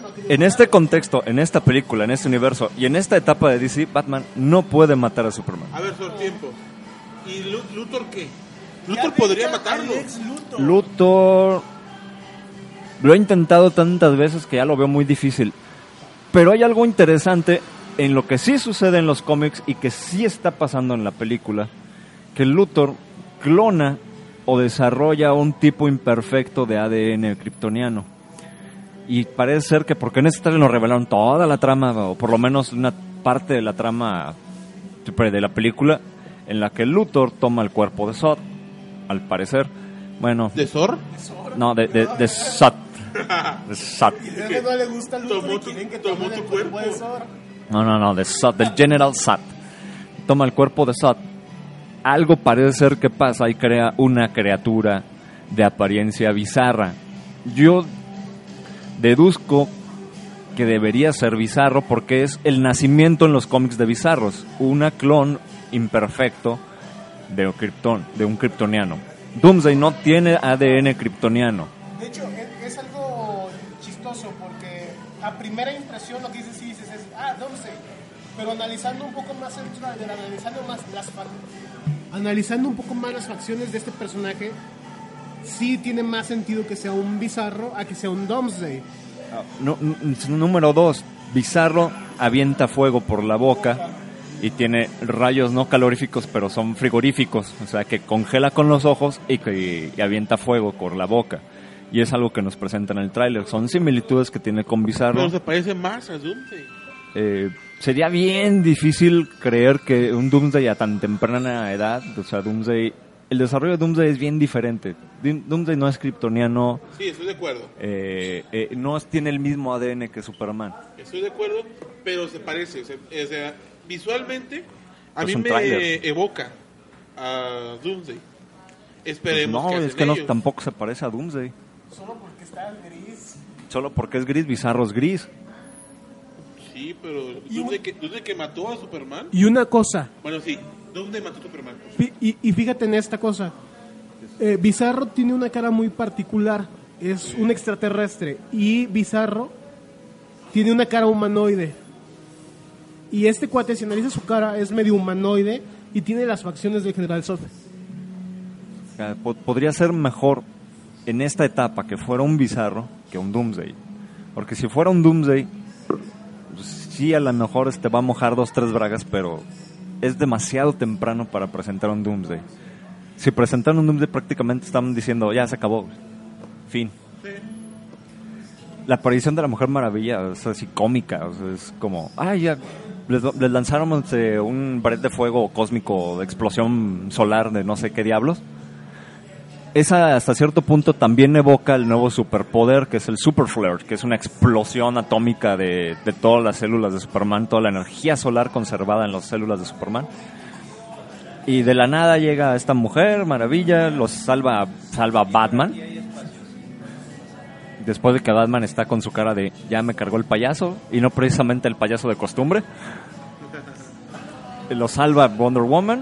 en esta película, en este universo y en esta etapa de DC, Batman no puede matar a Superman. A ver, por tiempo. ¿Y Luthor qué? Luthor podría matarlo. Luthor lo he intentado tantas veces que ya lo veo muy difícil. Pero hay algo interesante en lo que sí sucede en los cómics y que sí está pasando en la película, que Luthor clona o desarrolla un tipo imperfecto de ADN kryptoniano. Y parece ser que, porque en este trailer nos revelaron toda la trama, o por lo menos una parte de la trama de la película, en la que Luthor toma el cuerpo de Zod, al parecer. Bueno, ¿de Zod? No, de Zod. De Zod. No le gusta Luthor y quieren que tome el cuerpo de Zod. No, de Zod, del General Zod. Toma el cuerpo de Zod. Algo parece ser que pasa y crea una criatura de apariencia bizarra. Yo deduzco que debería ser bizarro porque es el nacimiento en los cómics de bizarros. Una clon imperfecto de un kryptoniano. Doomsday no tiene ADN kryptoniano. De hecho, es algo chistoso porque a primera impresión lo que dices es Doomsday. Pero analizando un poco más el trailer, analizando un poco más las facciones de este personaje, sí tiene más sentido que sea un bizarro a que sea un Doomsday. Número 2, bizarro avienta fuego por la boca y tiene rayos no caloríficos, pero son frigoríficos, o sea que congela con los ojos y avienta fuego por la boca. Y es algo que nos presenta en el tráiler. Son similitudes que tiene con Bizarro. Pero se parece más a Doomsday. Sería bien difícil creer que un Doomsday a tan temprana edad, o sea, el desarrollo de Doomsday es bien diferente. Doomsday no es kryptoniano. Sí, estoy de acuerdo. No tiene el mismo ADN que Superman. Estoy de acuerdo, pero se parece. O sea, visualmente, a Es mí un me tráiler. evoca a Doomsday. Esperemos No, que es hacen que no, ellos. tampoco se parece a Doomsday. Solo porque está gris. Solo porque es gris, Bizarro es gris. Sí, pero ¿dónde que mató a Superman? Y una cosa, Bueno, sí, ¿dónde mató a Superman? y fíjate en esta cosa. Bizarro tiene una cara muy particular. Es un extraterrestre. Y Bizarro tiene una cara humanoide. Y este cuate, si analiza su cara, es medio humanoide y tiene las facciones del General Zod. O sea, podría ser mejor en esta etapa que fuera un Bizarro que un Doomsday. Porque si fuera un Doomsday, pues, sí, a lo mejor va a mojar 2-3 bragas, pero es demasiado temprano para presentar un Doomsday. Si presentaron un Doomsday, prácticamente están diciendo, ya se acabó, fin. La aparición de la Mujer Maravilla es así cómica, o sea, es como, ya les lanzaron un pared de fuego cósmico de explosión solar de no sé qué diablos. Esa hasta cierto punto también evoca el nuevo superpoder, que es el Super Flare, que es una explosión atómica de todas las células de Superman, toda la energía solar conservada en las células de Superman. Y de la nada llega esta Mujer Maravilla, los salva Batman. Después de que Batman está con su cara de ya me cargó el payaso, y no precisamente el payaso de costumbre. Lo salva Wonder Woman.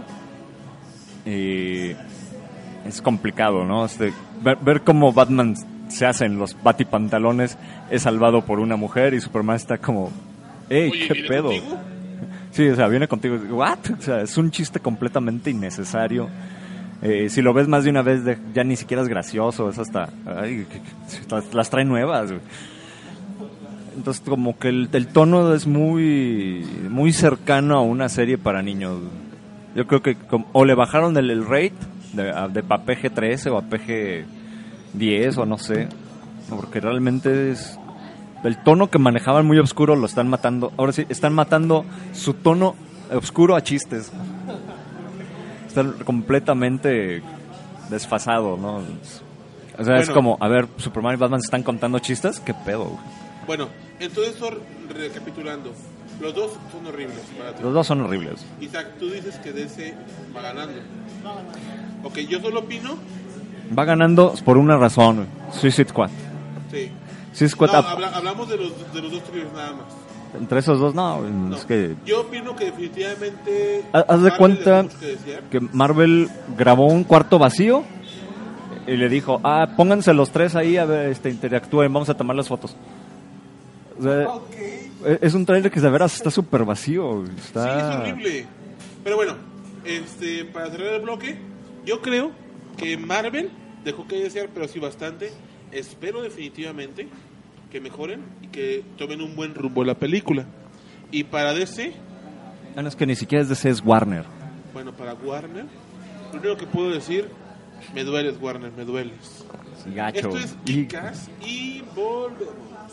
Y es complicado, ¿no? Ver cómo Batman se hace en los batipantalones es salvado por una mujer, y Superman está como, ¡ey, Oye, qué ¿viene pedo! contigo? Sí, o sea, viene contigo. ¿What? O sea, es un chiste completamente innecesario. Si lo ves más de una vez, ya ni siquiera es gracioso. Es hasta... las trae nuevas. Entonces, como que el tono es muy muy cercano a una serie para niños. Yo creo que o le bajaron el rate de a PG-13 o a PG-10 o no sé. Porque realmente es... El tono que manejaban muy oscuro lo están matando. Ahora sí, están matando su tono oscuro a chistes. Están completamente desfasado, ¿no? O sea, es como, a ver, Superman y Batman se están contando chistes. ¿Qué pedo, güey? Bueno, entonces, recapitulando, los dos son horribles para ti. Los dos son horribles. Isaac, tú dices que DC va ganando. Ok, yo solo opino. Va ganando por una razón, güey. Suicide Squad. Sí. Suicide Squad, No, hablamos de los dos thrillers nada más. entre esos dos, no, No. es que... Yo opino que definitivamente. Haz de Marvel cuenta le mucho que desear. que Marvel grabó un cuarto vacío y le dijo, pónganse los tres ahí, a ver, interactúen, vamos a tomar las fotos. O sea, es un trailer que de veras está súper vacío. Está... Sí, es horrible. Pero bueno, para cerrar el bloque, yo creo que Marvel dejó que desear, pero sí bastante. Espero definitivamente que mejoren y que tomen un buen rumbo la película. Y para DC, No, es que ni siquiera es DC, es Warner. bueno, para Warner, lo único que puedo decir, me dueles Warner, me dueles. Sí, gacho. Esto es Y- Kick-Ass y volvemos.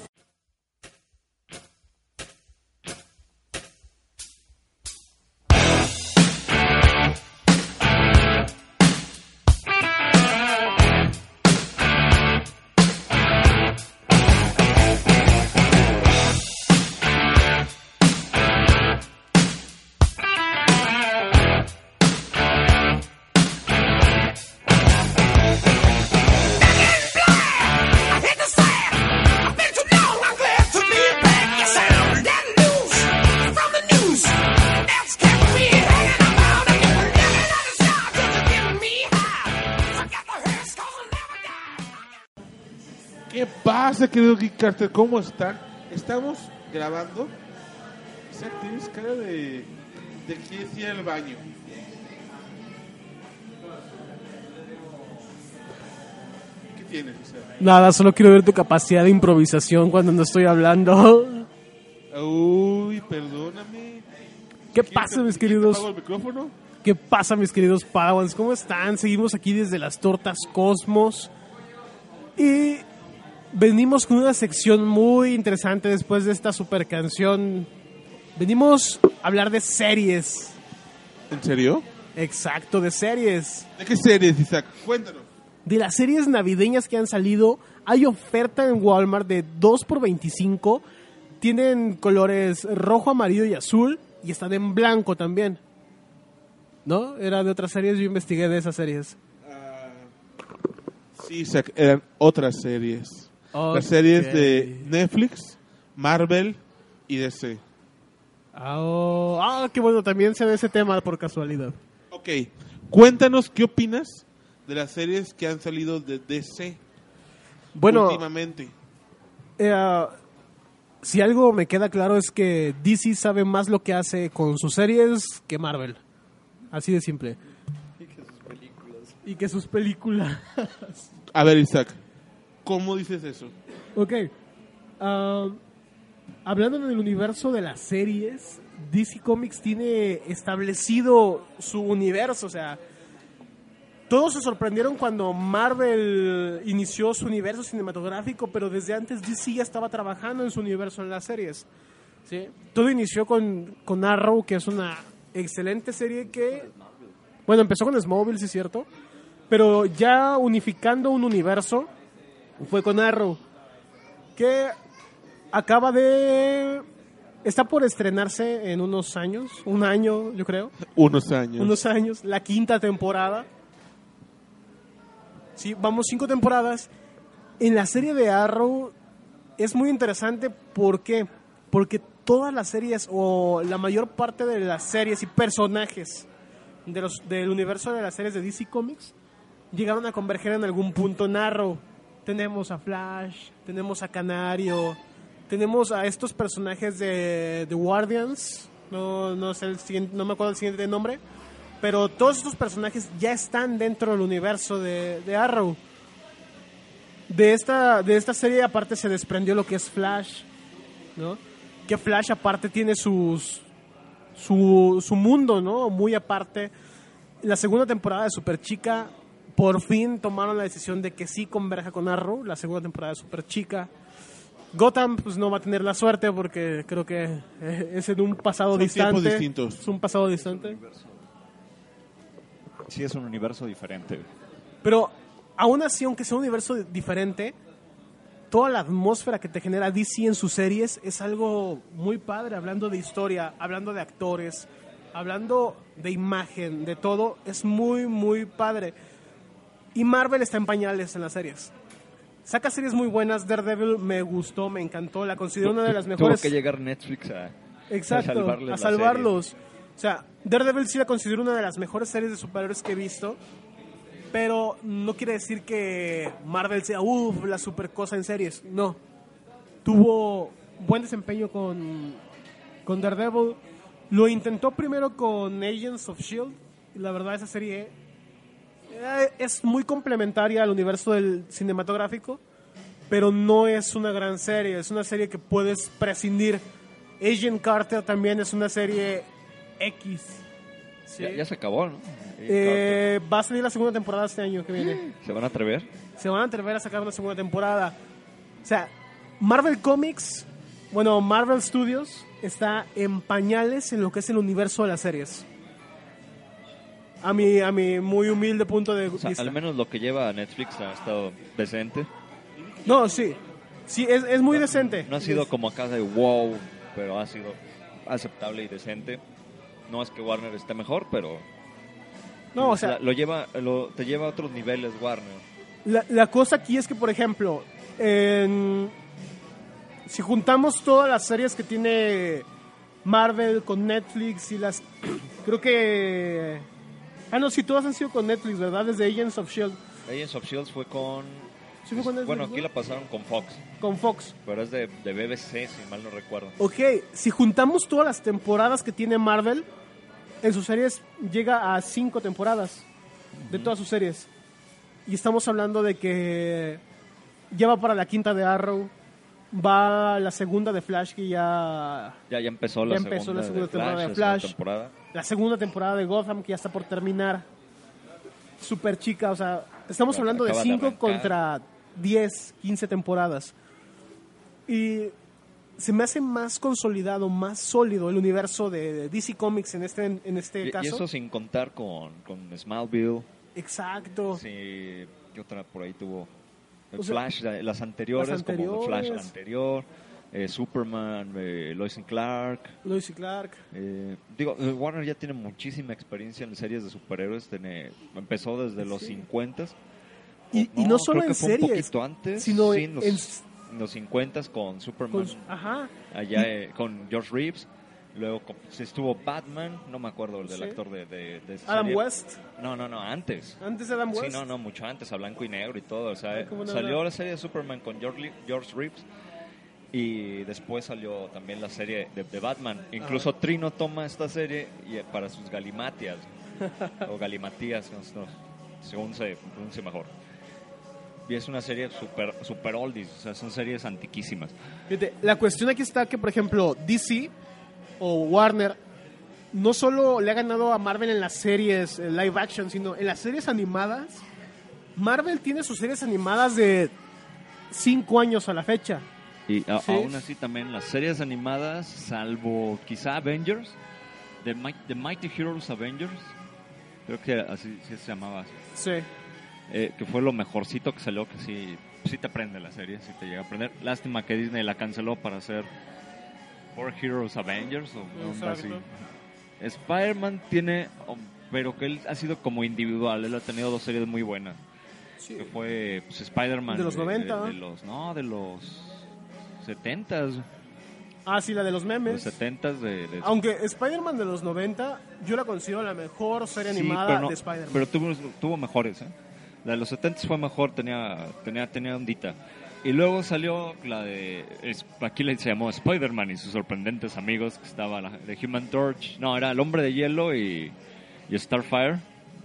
I hit the sand. I've been too long. I'm glad to be back. You sound that news from the news. That's kept me hanging around. And you're living on the side just to get me high. Forget the hearse, 'cause I'll never die. ¿Qué pasa, querido Geek Carter? ¿Cómo están? Estamos grabando. Isaac, tienes cara de que quieres ir al baño. ¿Qué tienes, Isaac? Nada, solo quiero ver tu capacidad de improvisación cuando no estoy hablando. Uy, perdóname. ¿Qué ¿Quieres pasa, que- mis quieres que queridos? apago el micrófono? ¿Qué pasa, mis queridos Padawans? ¿Cómo están? Seguimos aquí desde las Tortas Cosmos. Y venimos con una sección muy interesante después de esta super canción. Venimos a hablar de series. ¿En serio? Exacto, de series. ¿De qué series, Isaac? Cuéntanos. De las series navideñas que han salido, hay oferta en Walmart de 2 por 25. Tienen colores rojo, amarillo y azul. Y están en blanco también. ¿No? Era de otras series, yo investigué de esas series. Sí, Isaac, eran otras series. Las series de Netflix, Marvel y DC. Qué bueno, también se ve ese tema por casualidad. Ok, cuéntanos qué opinas de las series que han salido de DC Bueno, últimamente. Si algo me queda claro es que DC sabe más lo que hace con sus series que Marvel. Así de simple. Y que sus películas. A ver, Isaac, ¿cómo dices eso? Ok. Hablando del universo de las series, DC Comics tiene establecido su universo. O sea, todos se sorprendieron cuando Marvel inició su universo cinematográfico, pero desde antes DC ya estaba trabajando en su universo en las series. ¿Sí? Todo inició con Arrow, que es una excelente serie que... Bueno, empezó con Smallville, sí es cierto, pero ya unificando un universo fue con Arrow, que acaba de... Está por estrenarse en unos años, un año yo creo. Unos años. La 5ª temporada. Sí, vamos 5 temporadas. En la serie de Arrow es muy interesante. ¿Por qué? Porque todas las series o la mayor parte de las series y personajes del universo de las series de DC Comics llegaron a converger en algún punto en Arrow. Tenemos a Flash, tenemos a Canario, tenemos a estos personajes de The Guardians, no sé no me acuerdo el siguiente nombre, pero todos estos personajes ya están dentro del universo de Arrow. De esta serie aparte se desprendió lo que es Flash, ¿no? Que Flash aparte tiene su mundo, ¿no? Muy aparte. La segunda temporada de Superchica por fin tomaron la decisión de que sí converja con Arrow, la segunda temporada de Superchica. Gotham pues no va a tener la suerte porque creo que es en un pasado Son distante. tiempos distintos. Es un pasado distante. Sí, es un universo diferente. Pero aún así, aunque sea un universo diferente, toda la atmósfera que te genera DC en sus series es algo muy padre, hablando de historia, hablando de actores, hablando de imagen, de todo, es muy, muy padre. Y Marvel está en pañales en las series. Saca series muy buenas. Daredevil me gustó, me encantó, la considero una de las mejores. Tuvo que llegar Netflix Exacto, a salvarlos. O sea, Daredevil sí la considero una de las mejores series de superhéroes que he visto, pero no quiere decir que Marvel sea la super cosa en series. No. Tuvo buen desempeño con Daredevil. Lo intentó primero con Agents of S.H.I.E.L.D. y la verdad esa serie es muy complementaria al universo del cinematográfico, pero no es una gran serie. Es una serie que puedes prescindir. Agent Carter también es una serie X. ¿Sí? Ya se acabó, ¿no? Va a salir la segunda temporada este año que viene. ¿Se van a atrever? Se van a atrever a sacar una segunda temporada. O sea, Marvel Comics, bueno, Marvel Studios está en pañales en lo que es el universo de las series. A mi muy humilde punto de vista. Al menos lo que lleva a Netflix ha estado decente. No, sí. Sí, es muy decente. No ha sido como acá de wow, pero ha sido aceptable y decente. No es que Warner esté mejor, pero no, o sea, te lleva a otros niveles Warner. La cosa aquí es que, por ejemplo, si juntamos todas las series que tiene Marvel con Netflix y las... creo que... no, sí, todas han sido con Netflix, ¿verdad? Desde Agents of S.H.I.E.L.D. Agents of S.H.I.E.L.D. fue con... ¿Sí fue con Netflix, bueno, no? aquí la pasaron con Fox. Con Fox. Pero es de BBC, si mal no recuerdo. Ok, si juntamos todas las temporadas que tiene Marvel, en sus series llega a 5 temporadas de todas sus series. Y estamos hablando de que ya va para la 5ª de Arrow, va la segunda de Flash, que ya empezó la segunda temporada de Flash, la segunda temporada de Gotham, que ya está por terminar. Superchica, o sea, estamos hablando de 5 contra 10, 15 temporadas. Y se me hace más consolidado, más sólido el universo de DC Comics en este caso. Y eso sin contar con Smallville. Exacto. Sí, ¿qué otra por ahí tuvo? Flash, las anteriores, como The Flash anterior, Superman, Lois y Clark. Warner ya tiene muchísima experiencia en series de superhéroes. Empezó desde los 50s Y no solo creo en que fue un series, poquito antes, sino sí, en- en los 50s con Superman, Ajá. allá con George Reeves. Luego estuvo Batman, no me acuerdo el del Sí. actor de esa Adam serie. West. No, antes. Antes de Adam West. Sí, no, mucho antes, a blanco y negro y todo. O sea, ¿Cómo no? salió la serie de Superman con George Reeves y después salió también la serie de Batman. Incluso Trino toma esta serie para sus galimatias, o galimatías, no, según se pronuncia mejor. Y es una serie super oldies, o sea, son series antiquísimas. Fíjate, la cuestión aquí está que, por ejemplo, DC o Warner no solo le ha ganado a Marvel en las series live action, sino en las series animadas. Marvel tiene sus series animadas de 5 años a la fecha. Y Sí. aún así también las series animadas, salvo quizá Avengers, The Mighty Heroes Avengers, creo que así sí se llamaba así. Sí. Que fue lo mejorcito que salió, que sí te prende la serie, sí te llega a prender. Lástima que Disney la canceló para hacer Four Heroes Avengers o una onda así. Exacto. Spider-Man tiene, pero que él ha sido como individual, él ha tenido 2 series muy buenas. Sí. Que fue pues, Spider-Man De los 90. de los 70s. Ah, sí, la de los memes. Los 70s de Aunque Spider-Man de los 90, yo la considero la mejor serie Sí, animada pero no- de Spider-Man. Pero tuvo mejores, ¿eh? La de los 70s fue mejor, tenía ondita. Y luego salió la de... aquí se llamó Spider-Man y sus sorprendentes amigos, que estaba la de Human Torch. No, era el Hombre de Hielo y Starfire.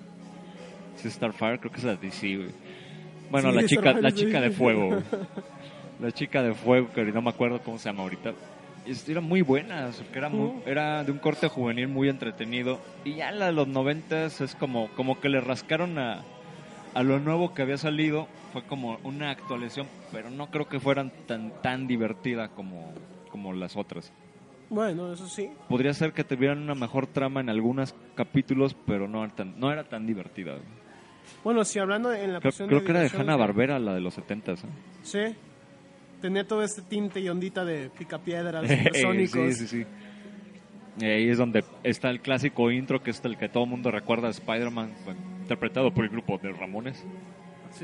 Sí, Starfire, creo que es la de DC, güey. Bueno, Sí, la Starfire es de chica de DC. fuego, güey. La chica de fuego, que no me acuerdo cómo se llama ahorita. Era muy buena, porque era de un corte juvenil muy entretenido. Y ya la de los 90s es como que le rascaron a lo nuevo que había salido. Fue como una actualización, pero no creo que fueran tan divertida como las otras. Bueno, eso sí. Podría ser que tuvieran una mejor trama en algunos capítulos, pero no era tan divertida. Bueno, si hablando en la cuestión Creo que era de diversión, Hanna-Barbera, la de los 70s. Sí. Tenía todo este tinte y ondita de picapiedras, supersónicos. Sí. Y ahí es donde está el clásico intro, que es el que todo el mundo recuerda de Spider-Man, interpretado por el grupo de Ramones. Sí.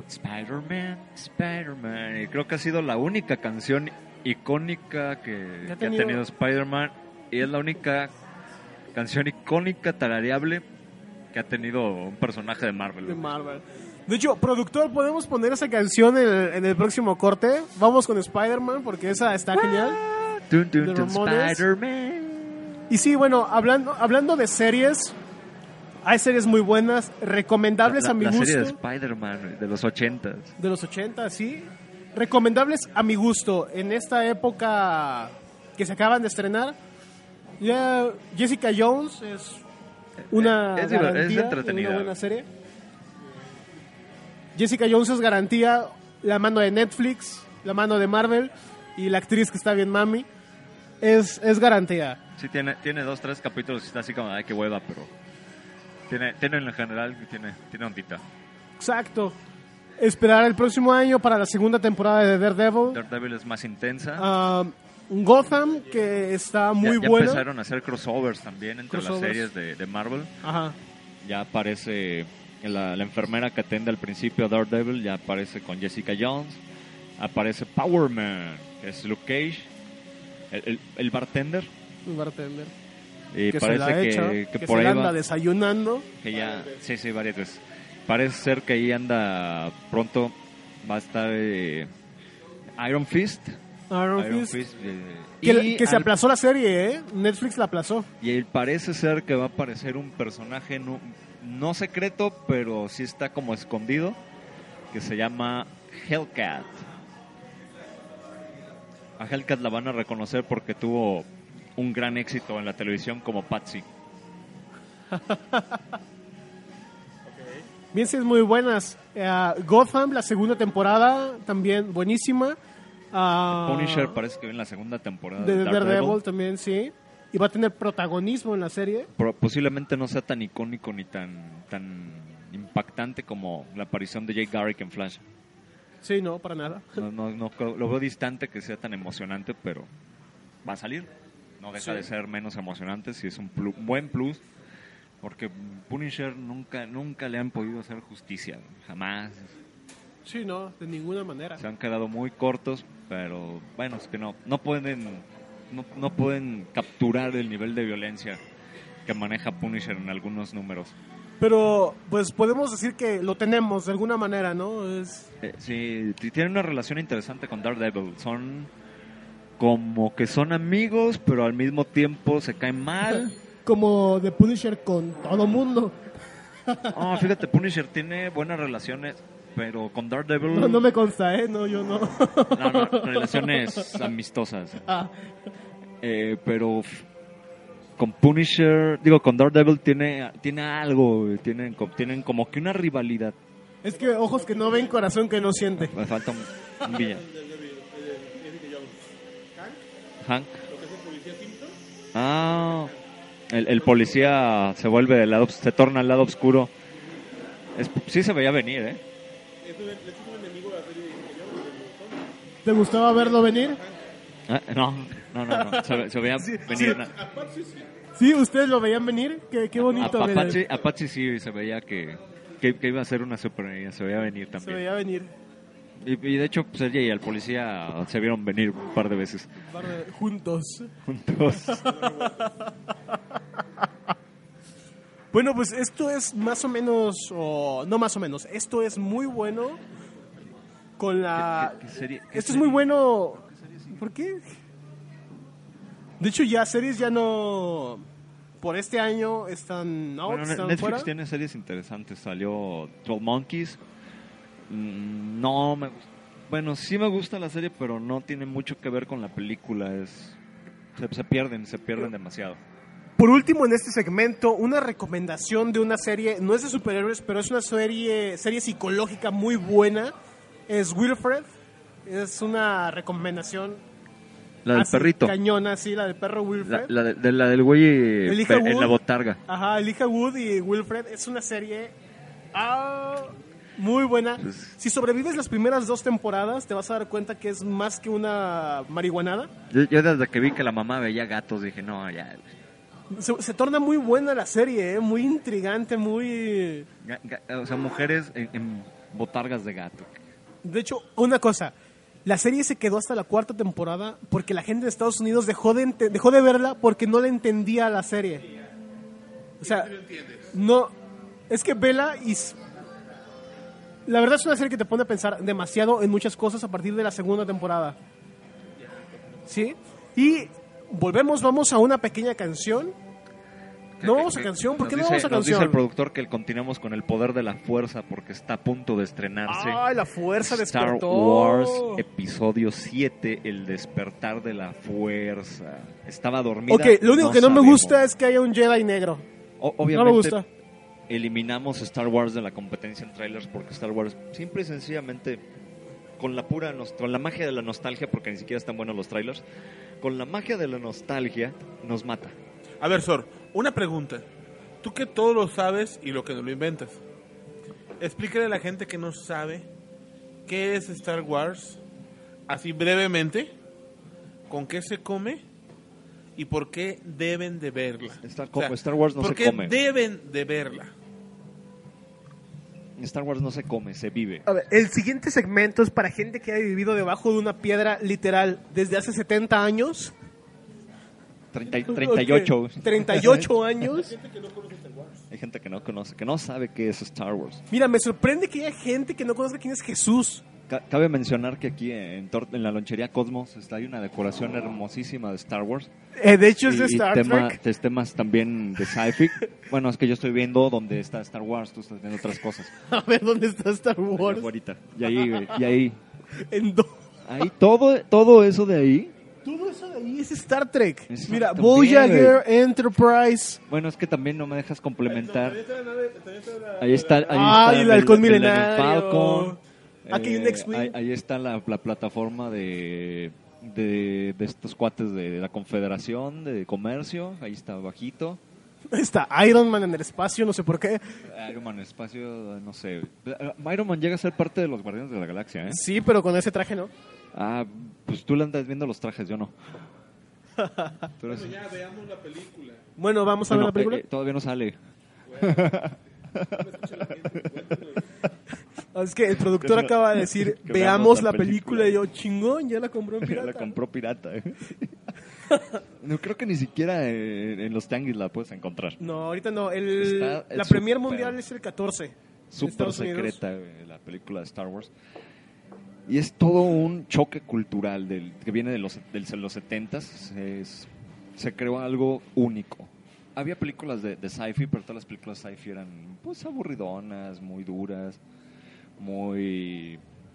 Spider-Man. Y creo que ha sido la única canción icónica que ha tenido Spider-Man. Y es la única canción icónica, tarareable, que ha tenido un personaje de Marvel. De Marvel. De hecho, productor, ¿podemos poner esa canción en el próximo corte? Vamos con Spider-Man, porque esa está genial. Dun, dun, de dun, Ramones. Spider-Man. Y sí, bueno, hablando de series, hay series muy buenas, recomendables a mi La gusto. serie de Spider-Man de los 80s. De los 80, sí. Recomendables a mi gusto en esta época que se acaban de estrenar. Ya Jessica Jones es una Es garantía entretenida. de una buena serie. Jessica Jones es garantía, la mano de Netflix, la mano de Marvel y la actriz que está bien mami. Es garantía. Sí, tiene 2-3 capítulos y está así como, ay, qué hueva, pero tiene en general, tiene ondita. Exacto. Esperar el próximo año para la segunda temporada de Daredevil. Daredevil es más intensa. Gotham, que está muy ya buena. empezaron a hacer crossovers también entre Crossovers. las series de Marvel. Ajá. Ya aparece la enfermera que atiende al principio a Daredevil, ya aparece con Jessica Jones. Aparece Power Man, que es Luke Cage, el bartender. Un bartender. Y Que se la parece echa, que que por se ahí la anda va, desayunando. que ya, sí, varias veces. Parece ser que ahí anda pronto, va a estar Iron Fist. Iron Fist. Y Que se aplazó la serie, ¿eh? Netflix la aplazó. Y parece ser que va a aparecer un personaje no secreto, pero sí está como escondido, que se llama Hellcat. A Hellcat la van a reconocer porque tuvo un gran éxito en la televisión como Patsy. Bien, sí, es muy buenas. Gotham, la segunda temporada, también buenísima. Punisher parece que viene en la segunda temporada de de Daredevil también, sí. Y va a tener protagonismo en la serie. Posiblemente no sea tan icónico ni tan impactante como la aparición de Jay Garrick en Flash. Sí, no, para nada. No, lo veo distante que sea tan emocionante, pero va a salir. No deja Sí. de ser menos emocionante, si es un buen plus, porque Punisher nunca le han podido hacer justicia, jamás. Sí, no, de ninguna manera. Se han quedado muy cortos, pero bueno, es que no pueden capturar el nivel de violencia que maneja Punisher en algunos números. Pero, pues podemos decir que lo tenemos de alguna manera, ¿no? Sí, tiene una relación interesante con Daredevil. Son como que son amigos, pero al mismo tiempo se caen mal. Como The Punisher con todo mundo. Oh, fíjate, Punisher tiene buenas relaciones, pero con Daredevil... No me consta, ¿eh? No, yo no. No, relaciones amistosas. Pero con Punisher, con Daredevil tiene algo, tienen como que una rivalidad. Es que ojos que no ven, corazón que no siente. Me falta un villano. Hank. Ah, el policía se vuelve del lado, se torna al lado oscuro. Sí se veía venir, ¿eh? ¿Te gustaba verlo venir? No. Se veía venir. Sí, ¿ustedes lo veían venir? Qué bonito. Apache sí se veía que iba a ser una superheroína, se veía venir también. Se veía venir. Y de hecho, pues ella y el policía se vieron venir un par de veces. Juntos. Bueno, pues esto es más o menos, o no más o menos, esto es muy bueno con la... ¿Qué serie? Esto es muy bueno... ¿Por qué? De hecho, ya series ya no... Por este año están out, están Netflix fuera. tiene series interesantes. Salió 12 Monkeys. No me gusta. Bueno, sí me gusta la serie, pero no tiene mucho que ver con la película. Se pierden demasiado. Por último, en este segmento, una recomendación de una serie, no es de superhéroes, pero es una serie psicológica muy buena. Es Wilfred. Es una recomendación. La del perrito. Cañona, sí, la del perro Wilfred. La del güey en la botarga. Ajá, Elijah Wood y Wilfred. Es una serie muy buena. Pues, Si sobrevives las primeras 2 temporadas, te vas a dar cuenta que es más que una marihuanada. Yo desde que vi que la mamá veía gatos, dije, no, ya... Se torna muy buena la serie, muy intrigante, muy... O sea, mujeres en botargas de gato. De hecho, una cosa, la serie se quedó hasta la 4ª temporada porque la gente de Estados Unidos dejó de verla porque no le entendía la serie. O sea, no... Es que vela y... La verdad es una serie que te pone a pensar demasiado en muchas cosas a partir de la 2ª temporada. ¿Sí? Y vamos a una pequeña canción. No vamos a canción, ¿por qué no vamos a Nos dice canción? el productor que continuemos con el poder de la fuerza porque está a punto de estrenarse. ¡Ay, la fuerza Star despertó! Wars Episodio 7, El despertar de la fuerza. Estaba dormida. Ok, lo único que no me gusta es que haya un Jedi negro. Obviamente, no me gusta. Eliminamos Star Wars de la competencia en trailers porque Star Wars simple y sencillamente con la magia de la nostalgia, porque ni siquiera están buenos los trailers, con la magia de la nostalgia nos mata. A ver, Sor, una pregunta. Tú que todo lo sabes y lo que no lo inventas. Explícale a la gente que no sabe qué es Star Wars, así brevemente, con qué se come y por qué deben de verla. Star Wars no se come. ¿Por qué deben de verla? Star Wars no se come, se vive. A ver, el siguiente segmento es para gente que ha vivido debajo de una piedra literal desde hace 70 años. 38. Okay. 38 años. Hay gente que no conoce, que no sabe qué es Star Wars. Mira, me sorprende que haya gente que no conozca quién es Jesús. Cabe mencionar que aquí en la lonchería Cosmos hay una decoración hermosísima de Star Wars. De hecho es de Star Trek. Temas también de sci-fi. Bueno, es que yo estoy viendo dónde está Star Wars, tú estás viendo otras cosas. A ver, ¿dónde está Star Wars? Ahorita. Y ahí. Ahí todo eso de ahí. Todo eso de ahí es Star Trek. Mira, Voyager, Enterprise. Bueno, es que también no me dejas complementar. Ahí está el halcón milenario. Falcon. Aquí hay un X-Wing. Ahí está la plataforma de estos cuates de la Confederación de Comercio. Ahí está bajito. Está Iron Man en el espacio, no sé por qué. Iron Man en el espacio, no sé. Iron Man llega a ser parte de los Guardianes de la Galaxia, ¿eh? Sí, pero con ese traje no. Pues tú le andas viendo los trajes, yo no. Bueno, ya veamos la película. Bueno, vamos a ver la película. Todavía no sale. Es que el productor acaba de decir, Que veamos la película, y yo, chingón, ya la compró en La pirata. compró pirata. No creo que ni siquiera en los tianguis la puedes encontrar. No, ahorita no. Está La súper- premier mundial es el 14. en Súper Estados Unidos. secreta la película de Star Wars. Y es todo un choque cultural que viene de los 70s. Se creó algo único. Había películas de sci-fi, pero todas las películas de sci-fi eran pues aburridonas, muy duras, muy...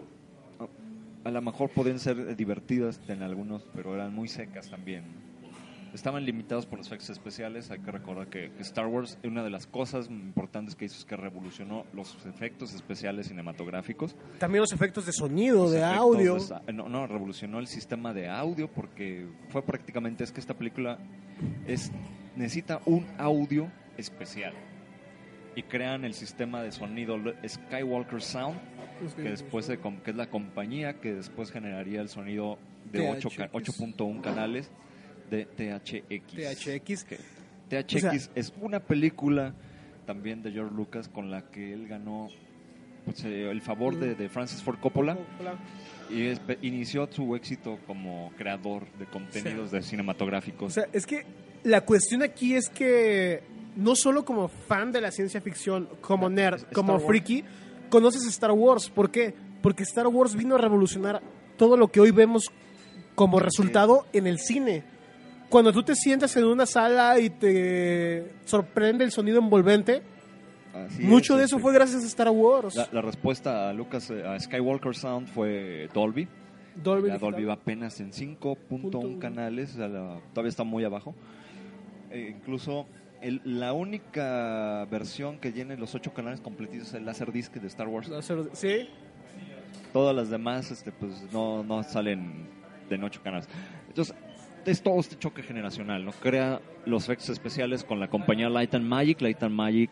A lo mejor podían ser divertidas en algunos, pero eran muy secas también. Estaban limitados por los efectos especiales. Hay que recordar que Star Wars, una de las cosas importantes que hizo es que revolucionó los efectos especiales cinematográficos. También los efectos de sonido, Los de efectos audio. No, revolucionó el sistema de audio porque fue prácticamente, es que esta película necesita un audio especial. Y crean el sistema de sonido Skywalker Sound, que después que es la compañía que después generaría el sonido de THX. 8.1 canales de THX. THX. Que THX O sea, es una película también de George Lucas con la que él ganó pues, el favor de Francis Ford Coppola y inició su éxito como creador de contenidos Sí. cinematográficos. O sea, es que la cuestión aquí es que no solo como fan de la ciencia ficción, como nerd, Star como Wars. friki, conoces Star Wars. ¿Por qué? Porque Star Wars vino a revolucionar todo lo que hoy vemos como resultado en el cine. Cuando tú te sientas en una sala y te sorprende el sonido envolvente, Así mucho es, de eso fue gracias a Star Wars. La respuesta a Skywalker Sound fue Dolby. Dolby La Digital. Dolby va apenas en 5.1 canales, o sea, todavía está muy abajo. Incluso la única versión que tiene los 8 canales completitos es el Laserdisc de Star Wars. Sí. Todas las demás pues no salen de 8 canales. Entonces, es todo este choque generacional, ¿no? Crea los efectos especiales con la compañía Light and Magic. Light and Magic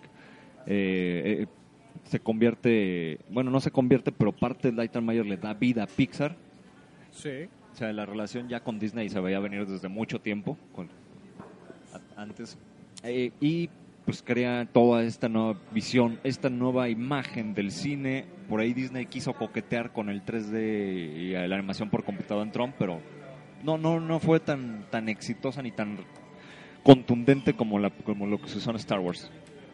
se convierte, bueno, no se convierte, pero parte de Light and Magic le da vida a Pixar. Sí. O sea, la relación ya con Disney se veía venir desde mucho tiempo, antes. Y pues crea toda esta nueva visión, esta nueva imagen del cine. Por ahí Disney quiso coquetear con el 3D y la animación por computadora en Tron, pero no fue tan exitosa ni tan contundente como lo que se usó en Star Wars.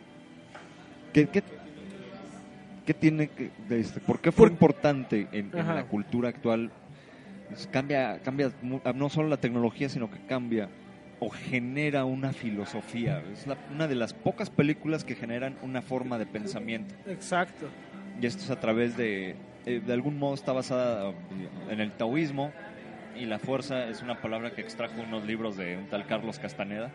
¿Qué tiene que por qué fue importante en la cultura actual? Pues cambia no solo la tecnología, sino que cambia o genera una filosofía. Es una de las pocas películas que generan una forma de pensamiento. Exacto. Y esto es a través de algún modo está basada en el taoísmo, y la fuerza es una palabra que extrajo unos libros de un tal Carlos Castaneda.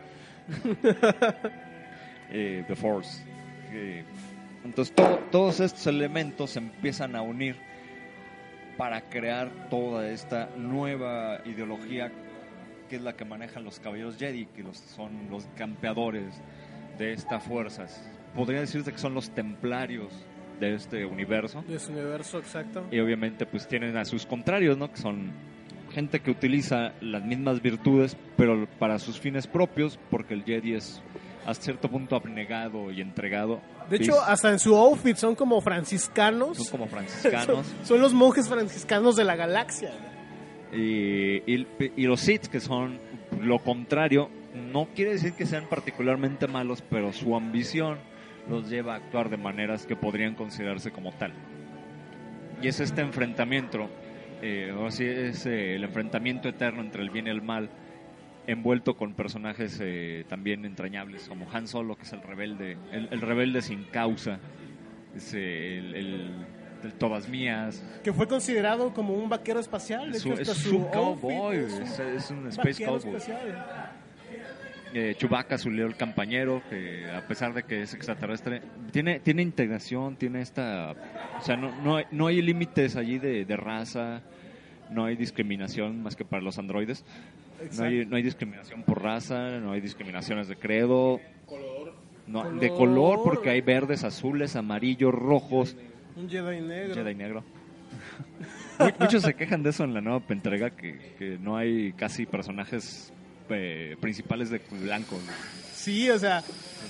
The Force. Entonces todos estos elementos se empiezan a unir para crear toda esta nueva ideología que es la que manejan los caballeros Jedi, que son los campeadores de estas fuerzas. Podría decirse que son los templarios de este universo. De ese universo, exacto. Y obviamente pues tienen a sus contrarios, ¿no? Que son gente que utiliza las mismas virtudes, pero para sus fines propios, porque el Jedi es hasta cierto punto abnegado y entregado. De hecho, hasta en su outfit son como franciscanos. Son como franciscanos. Son los monjes franciscanos de la galaxia. Y los Sith, que son lo contrario, no quiere decir que sean particularmente malos, pero su ambición los lleva a actuar de maneras que podrían considerarse como tal. Y es este enfrentamiento, es el enfrentamiento eterno entre el bien y el mal, envuelto con personajes también entrañables, como Han Solo, que es el rebelde sin causa, es el todas mías. Que fue considerado como un vaquero espacial. De hecho, Es hasta un outfit cowboy, es un space vaquero cowboy. especial. Chewbacca, su líder campañero, que a pesar de que es extraterrestre, tiene integración, tiene esta... O sea, no hay límites allí de raza, no hay discriminación más que para los androides. No hay discriminación por raza, no hay discriminaciones de credo. De color, porque hay verdes, azules, amarillos, rojos. Un Jedi negro. Jedi negro. Muchos se quejan de eso en la nueva entrega, que no hay casi personajes principales de blanco, ¿no? Sí, o sea,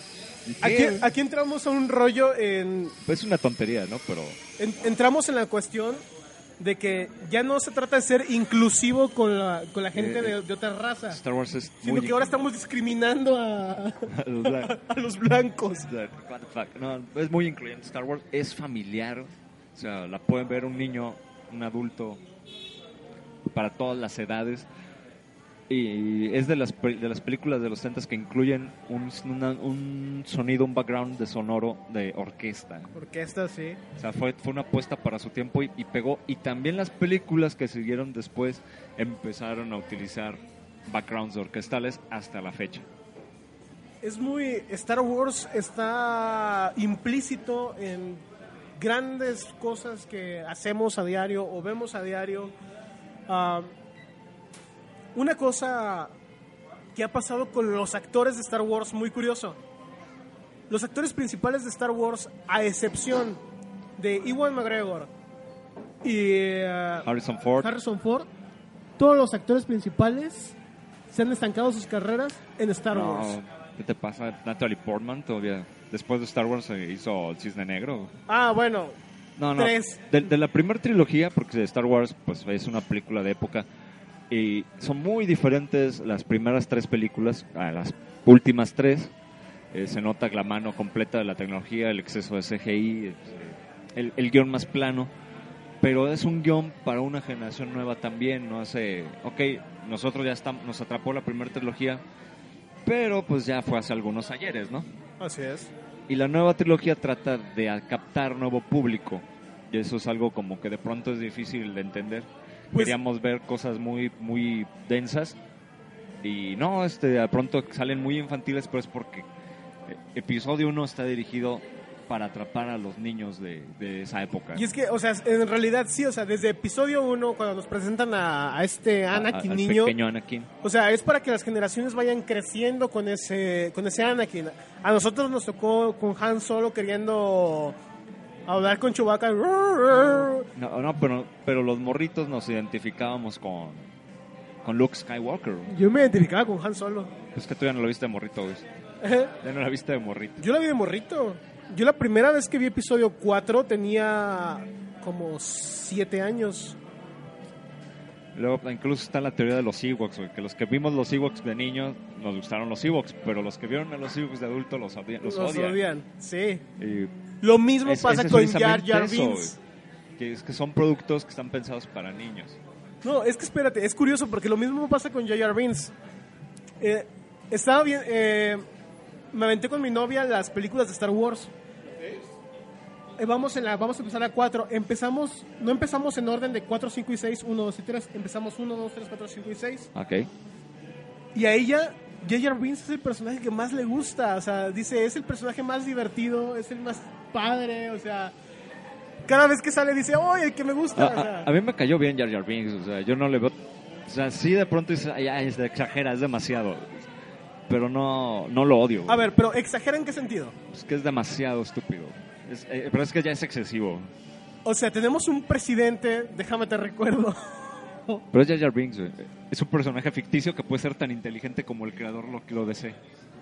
Aquí entramos a un rollo en... Pues es una tontería, ¿no? Pero entramos en la cuestión de que ya no se trata de ser inclusivo con la gente de otra raza, Star Wars es sino muy que ahora estamos discriminando a los blancos. a los blancos. What the fuck. No, es muy incluyente. Star Wars es familiar. O sea, la pueden ver un niño, un adulto, para todas las edades. Y es de las películas de los 70 que incluyen un sonido, un background de sonoro de orquesta. Orquesta, sí. O sea, fue una apuesta para su tiempo y pegó. Y también las películas que siguieron después empezaron a utilizar backgrounds orquestales hasta la fecha. Es muy... Star Wars está implícito en grandes cosas que hacemos a diario o vemos a diario. Una cosa que ha pasado con los actores de Star Wars muy curioso. Los actores principales de Star Wars, a excepción de Ewan McGregor y Harrison Ford. todos los actores principales se han estancado sus carreras en Star Wars. ¿Qué te pasa? Natalie Portman todavía, después de Star Wars, hizo El Cisne Negro. Bueno. No. 3. De la primera trilogía, porque Star Wars pues es una película de época y son muy diferentes las primeras 3 películas a las últimas 3. Se nota la mano completa de la tecnología, el exceso de CGI, el guión más plano, pero es un guión para una generación nueva también. No hace, nosotros ya nos atrapó la primera trilogía, pero pues ya fue hace algunos ayeres, ¿no? Así es. Y la nueva trilogía trata de captar nuevo público, y eso es algo como que de pronto es difícil de entender. Pues, queríamos ver cosas muy, muy densas y no, de pronto salen muy infantiles, pero es porque episodio 1 está dirigido para atrapar a los niños de esa época. Y es que, o sea, en realidad sí, o sea, desde episodio 1, cuando nos presentan a este Anakin al niño, pequeño Anakin. o sea, es para que las generaciones vayan creciendo con ese Anakin. A nosotros nos tocó con Han Solo queriendo hablar con Chewbacca. No, pero los morritos nos identificábamos con Luke Skywalker. Yo me identificaba con Han Solo. Es que tú ya no lo viste de morrito, güey. Ya no la viste de morrito. Yo la vi de morrito. Yo la primera vez que vi episodio 4 tenía como 7 años. Luego incluso está la teoría de los Ewoks, güey, que los que vimos los Ewoks de niños nos gustaron los Ewoks, pero los que vieron a los Ewoks de adultos los odian. Sí. Y lo mismo pasa es con Jar precisamente Jar eso, Binks. güey, que es que son productos que están pensados para niños. No, es que espérate, es curioso porque lo mismo pasa con Jar Jar Binks. Estaba bien, me aventé con mi novia las películas de Star Wars. Vamos a empezar a 4. No empezamos en orden de 4, 5 y 6, 1, 2 y 3. Empezamos 1, 2, 3, 4, 5 y 6. Ok. Y a ella, Jar Jar Binks es el personaje que más le gusta. O sea, dice, es el personaje más divertido, es el más padre. O sea, cada vez que sale dice, ¡oye, el que me gusta! O sea, A mí me cayó bien Jar Jar Binks. O sea, yo no le veo. O sea, sí de pronto dice, ya exagera, es demasiado. Pero no lo odio. a ver, pero ¿exagera en qué sentido? Es que es demasiado estúpido. Pero es que ya es excesivo. O sea, tenemos un presidente, déjame te recuerdo. Pero es Jar Jar Binks, güey. Es un personaje ficticio que puede ser tan inteligente como el creador lo desee.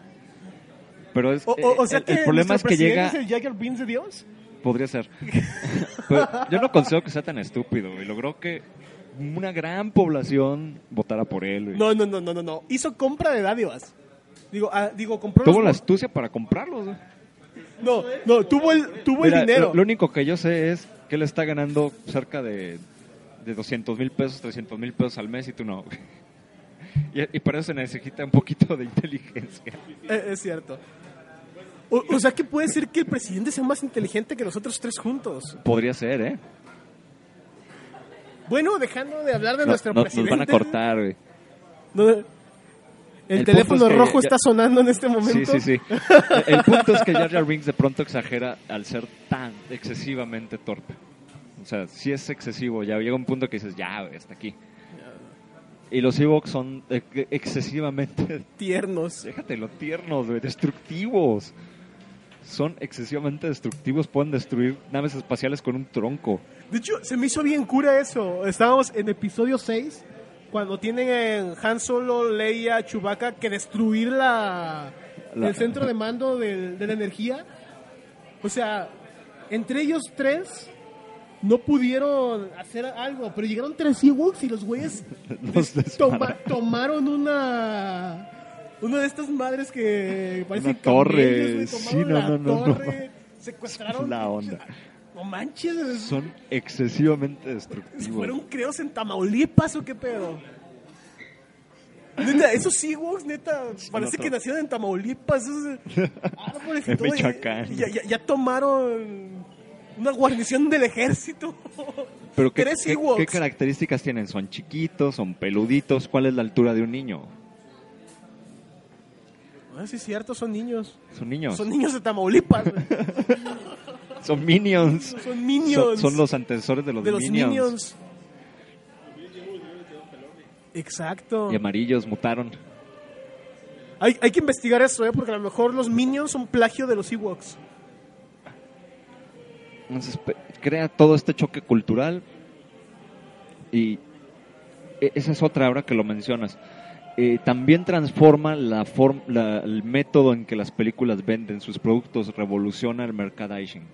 Pero es, O sea, que el problema es que llega... ¿es el Jar Jar Binks de Dios? Podría ser. Pero yo no considero que sea tan estúpido. Y logró que una gran población votara por él. Güey. No. Hizo compra de dádivas. Digo, compró Tuvo los... la astucia para comprarlos, güey. No, tuvo el Mira, dinero. Lo único que yo sé es que él está ganando cerca de 200,000 pesos, 300,000 pesos al mes y tú no. Y para eso se necesita un poquito de inteligencia. Es cierto. O sea, que puede ser que el presidente sea más inteligente que nosotros 3 juntos. Podría ser, ¿eh? Bueno, dejando de hablar de nuestro Nos presidente. van a cortar, güey. El El teléfono punto es que rojo ya- está sonando en este momento. Sí. El punto es que Jar Jar Binks de pronto exagera al ser tan excesivamente torpe. O sea, si es excesivo, ya llega un punto que dices, ya, güey, hasta aquí. Y los Ewoks son excesivamente, Tiernos. déjatelo, tiernos, güey, destructivos. Son excesivamente destructivos, pueden destruir naves espaciales con un tronco. De hecho, se me hizo bien cura eso. Estábamos en episodio 6, cuando tienen en Han Solo, Leia, Chewbacca que destruir la el centro de mando de la energía. O sea, entre ellos 3 no pudieron hacer algo, pero llegaron 3 Ewoks y los güeyes tomaron una de estas madres que parecen Una torre. camellos, güey, Sí, tomaron no. torre, secuestraron. La onda. No manches, Son excesivamente destructivos. ¿fueron creos en Tamaulipas o qué pedo? Neta, esos Ewoks, neta, parece que nacieron en Tamaulipas. Esos árboles y En todo. Michoacán. Ya tomaron una guarnición del ejército. Pero ¿qué, 3 qué- Ewoks. qué características tienen? ¿Son chiquitos? ¿Son peluditos? ¿Cuál es la altura de un niño? Ah, sí, es cierto, son niños. Son niños. Son niños de Tamaulipas. güey. Son minions. Son minions. Son los antecesores de los, de los minions. minions. Exacto. Y amarillos mutaron. Hay que investigar eso, porque a lo mejor los minions son plagio de los Ewoks. Entonces crea todo este choque cultural y esa es otra ahora que lo mencionas. También transforma el método en que las películas venden sus productos, revoluciona el merchandising.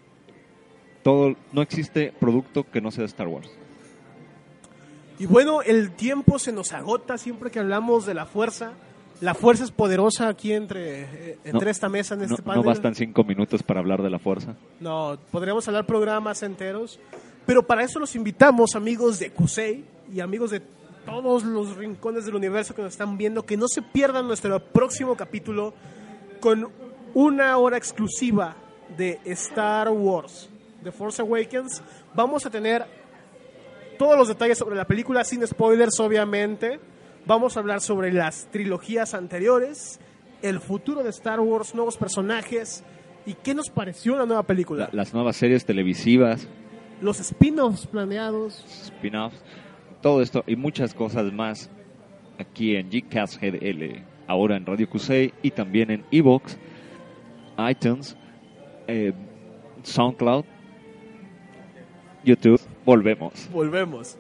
No existe producto que no sea de Star Wars. Y bueno, el tiempo se nos agota siempre que hablamos de la fuerza. La fuerza es poderosa aquí entre No, esta mesa, en este No panel. bastan 5 minutos para hablar de la fuerza. No, podríamos hablar programas enteros. Pero para eso los invitamos, amigos de Kusei y amigos de todos los rincones del universo que nos están viendo, que no se pierdan nuestro próximo capítulo con 1 hora exclusiva de Star Wars, The Force Awakens. Vamos a tener todos los detalles sobre la película, sin spoilers, obviamente. Vamos a hablar sobre las trilogías anteriores, el futuro de Star Wars, nuevos personajes y qué nos pareció la nueva película. Las nuevas series televisivas, Los spin-offs planeados. spin-offs, todo esto y muchas cosas más aquí en Gcast GDL, ahora en Radio Kusei y también en iVoox, iTunes, SoundCloud, YouTube. Volvemos.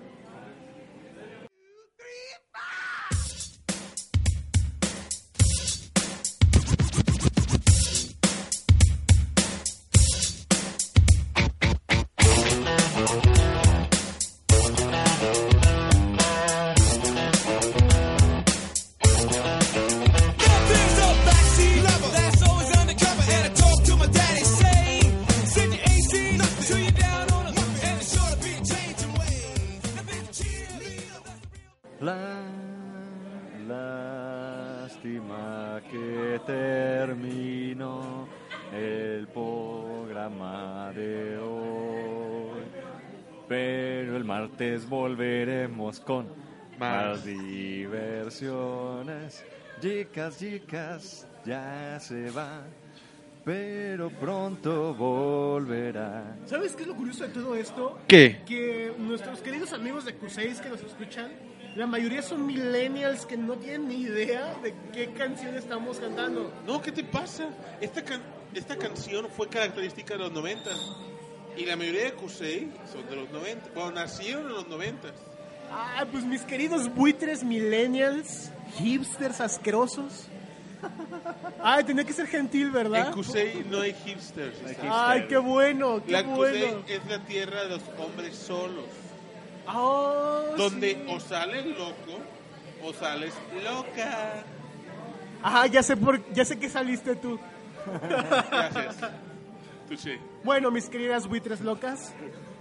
Things up, backseat level. That's always undercover. And I talk to my daddy, say, send your AC till you're down on a and it's sure to be a change of ways. And then cheerleader, that's Lástima que terminó el programa de hoy, pero el martes volveremos con más diversiones. Chicas, ya se va, pero pronto volverá. ¿Sabes qué es lo curioso de todo esto? ¿Qué? Que nuestros queridos amigos de Q6 que nos escuchan, la mayoría son millennials que no tienen ni idea de qué canción estamos cantando. No, ¿qué te pasa? Esta canción fue característica de los 90 y la mayoría de Kusei son de los 90. Bueno, nacieron en los 90. Ah, pues mis queridos buitres millennials, hipsters asquerosos. Ay, tenía que ser gentil, ¿verdad? En Kusei no hay hipsters. Ay, qué bueno, qué La bueno. Kusei es la tierra de los hombres solos, Oh, donde sí. o sales loco o sales loca. Ajá, ya sé que saliste tú. Gracias. Touché. Bueno, mis queridas buitres locas,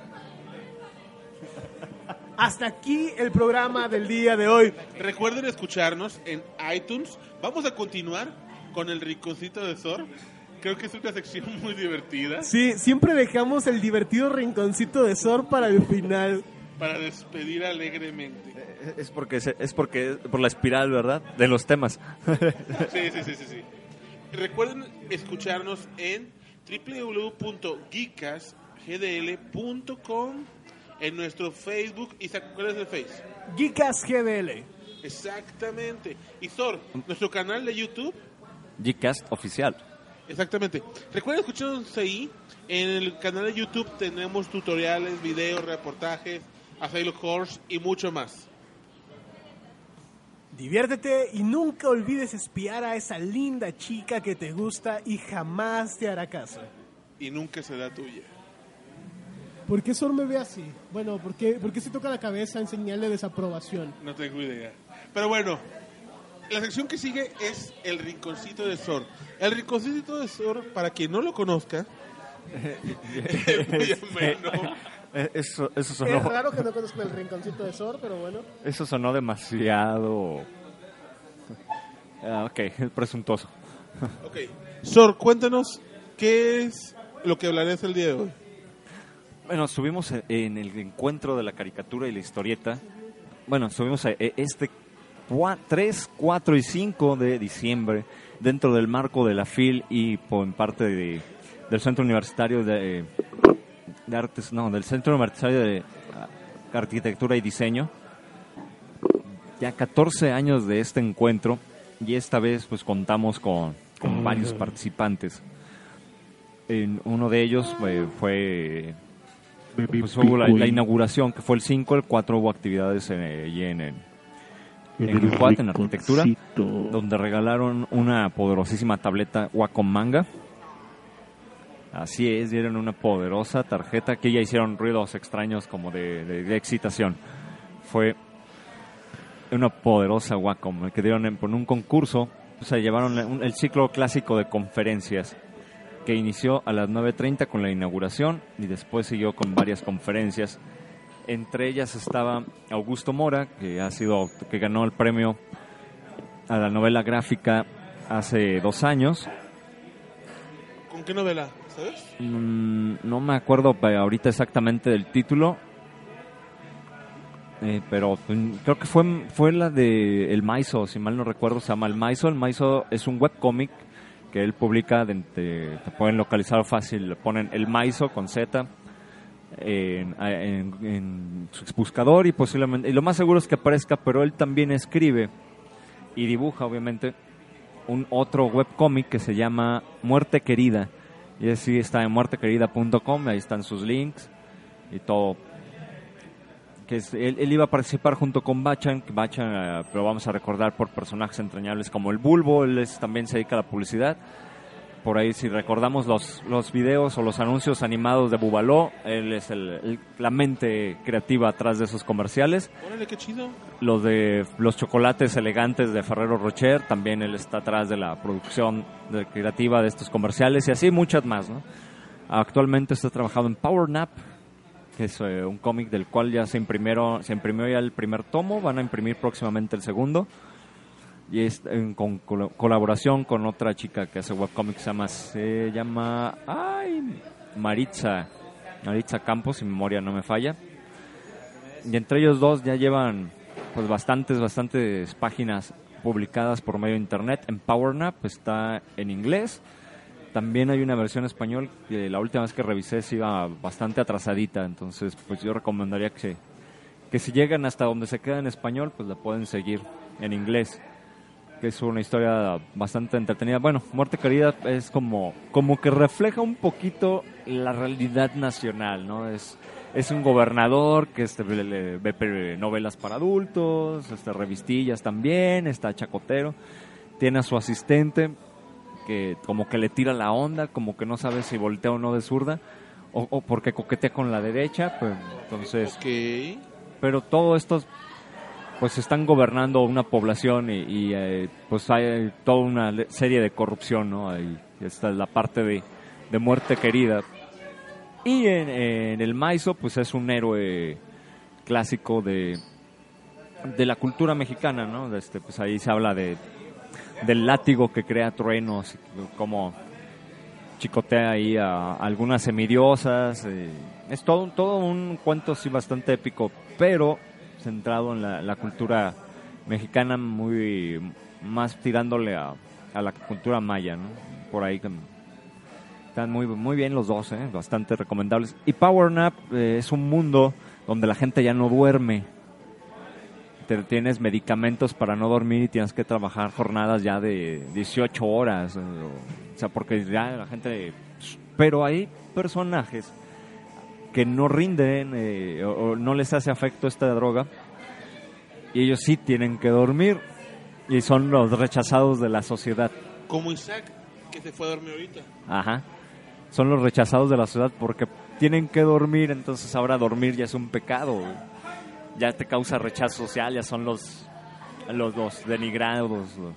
hasta aquí el programa del día de hoy. Recuerden escucharnos en iTunes. Vamos a continuar con el rinconcito de Thor. Creo que es una sección muy divertida Sí, siempre dejamos el divertido rinconcito de Sor para el final. para despedir alegremente. Es porque por la espiral, ¿verdad? De los temas. Sí. Recuerden escucharnos en www.geekasgdl.com, en nuestro Facebook. ¿Cuál es el Face? Geekas GDL. Exactamente. Y Thor, nuestro canal de YouTube. Gcast oficial. Exactamente. Recuerden escucharnos ahí. En el canal de YouTube tenemos tutoriales, videos, reportajes, Asylum Horse y mucho más. Diviértete y nunca olvides espiar a esa linda chica que te gusta y jamás te hará caso. Y nunca será tuya. ¿Por qué Sor me ve así? Bueno, ¿por qué se toca la cabeza en señal de desaprobación? No tengo idea. Pero bueno, la sección que sigue es el Rinconcito de Sor. El Rinconcito de Sor, para quien no lo conozca, es muy ameno. Eso Es sonó, raro que no conozcan el rinconcito de Sor, pero bueno. eso sonó demasiado... ok, presuntuoso. Ok. Sor, cuéntanos qué es lo que hablarás el día de hoy. Bueno, estuvimos en el encuentro de la caricatura y la historieta. Bueno, estuvimos este 3, 4 y 5 de diciembre dentro del marco de la FIL y por parte del Centro Universitario de Artes, no, del Centro Universitario de Arquitectura y Diseño. Ya 14 años de este encuentro y esta vez pues contamos con varios participantes. Uno de ellos fue hubo la inauguración, que fue el 5, el 4 hubo actividades allí en Guanajuato, en arquitectura, donde regalaron una poderosísima tableta Wacom Manga. Así es, dieron una poderosa tarjeta que ya hicieron ruidos extraños como de excitación. Fue una poderosa Wacom que dieron por un concurso. O sea, llevaron el ciclo clásico de conferencias que inició a las 9:30 con la inauguración y después siguió con varias conferencias. Entre ellas estaba Augusto Mora, que ganó el premio a la novela gráfica hace 2 años. ¿Con qué novela? ¿Sabes? No me acuerdo ahorita exactamente del título, pero creo que fue la de El Maizo, si mal no recuerdo, se llama El Maizo. El Maizo es un webcómic que él publica, te pueden localizar fácil, le ponen El Maizo con Z en su buscador y posiblemente, y lo más seguro es que aparezca, pero él también escribe y dibuja obviamente un otro webcómic que se llama Muerte Querida, y así está en muertequerida.com, ahí están sus links y todo. Que él iba a participar junto con Bachan, pero vamos a recordar por personajes entrañables como el Bulbo. Él también se dedica a la publicidad. Por ahí, si recordamos los videos o los anuncios animados de Bubaló, él es la mente creativa atrás de esos comerciales. Órale, qué chido. Los de los chocolates elegantes de Ferrero Rocher, también él está atrás de la producción creativa de estos comerciales y así muchas más, ¿no? Actualmente está trabajando en Power Nap, que es un cómic del cual ya se imprimió ya el primer tomo, van a imprimir próximamente el segundo, y es con colaboración con otra chica que hace webcomic, se llama Maritza Campos, si mi memoria no me falla, y entre ellos dos ya llevan pues bastantes páginas publicadas por medio de internet. En PowerNap está en inglés. También hay una versión español que la última vez que revisé se iba bastante atrasadita, entonces pues yo recomendaría que si llegan hasta donde se queda en español, pues la pueden seguir en inglés, que es una historia bastante entretenida. Bueno, Muerte Querida es como que refleja un poquito la realidad nacional, ¿no? Es un gobernador que ve novelas para adultos, revistillas también, está chacotero, tiene a su asistente que como que le tira la onda, como que no sabe si voltea o no de zurda, o porque coquetea con la derecha, pues entonces... Okay. Pero todo esto, pues están gobernando una población y pues hay toda una serie de corrupción, ¿no? Ahí esta es la parte de Muerte Querida. Y en el Maizo, pues es un héroe clásico de la cultura mexicana, ¿no? Pues ahí se habla del látigo que crea truenos, como chicotea ahí a algunas semidiosas. Es todo un cuento así bastante épico, pero centrado en la cultura mexicana, muy más tirándole a la cultura maya, ¿no? Por ahí están muy bien los dos, bastante recomendables. Y Power Nap es un mundo donde la gente ya no duerme. Tienes medicamentos para no dormir y tienes que trabajar jornadas ya de 18 horas. O sea, porque ya la gente... Pero hay personajes que no rinden o no les hace afecto esta droga y ellos sí tienen que dormir. Y son los rechazados de la sociedad. Como Isaac, que se fue a dormir ahorita. Ajá. Son los rechazados de la sociedad porque tienen que dormir, entonces ahora dormir ya es un pecado, güey. Ya te causa rechazo social, ya son los denigrados,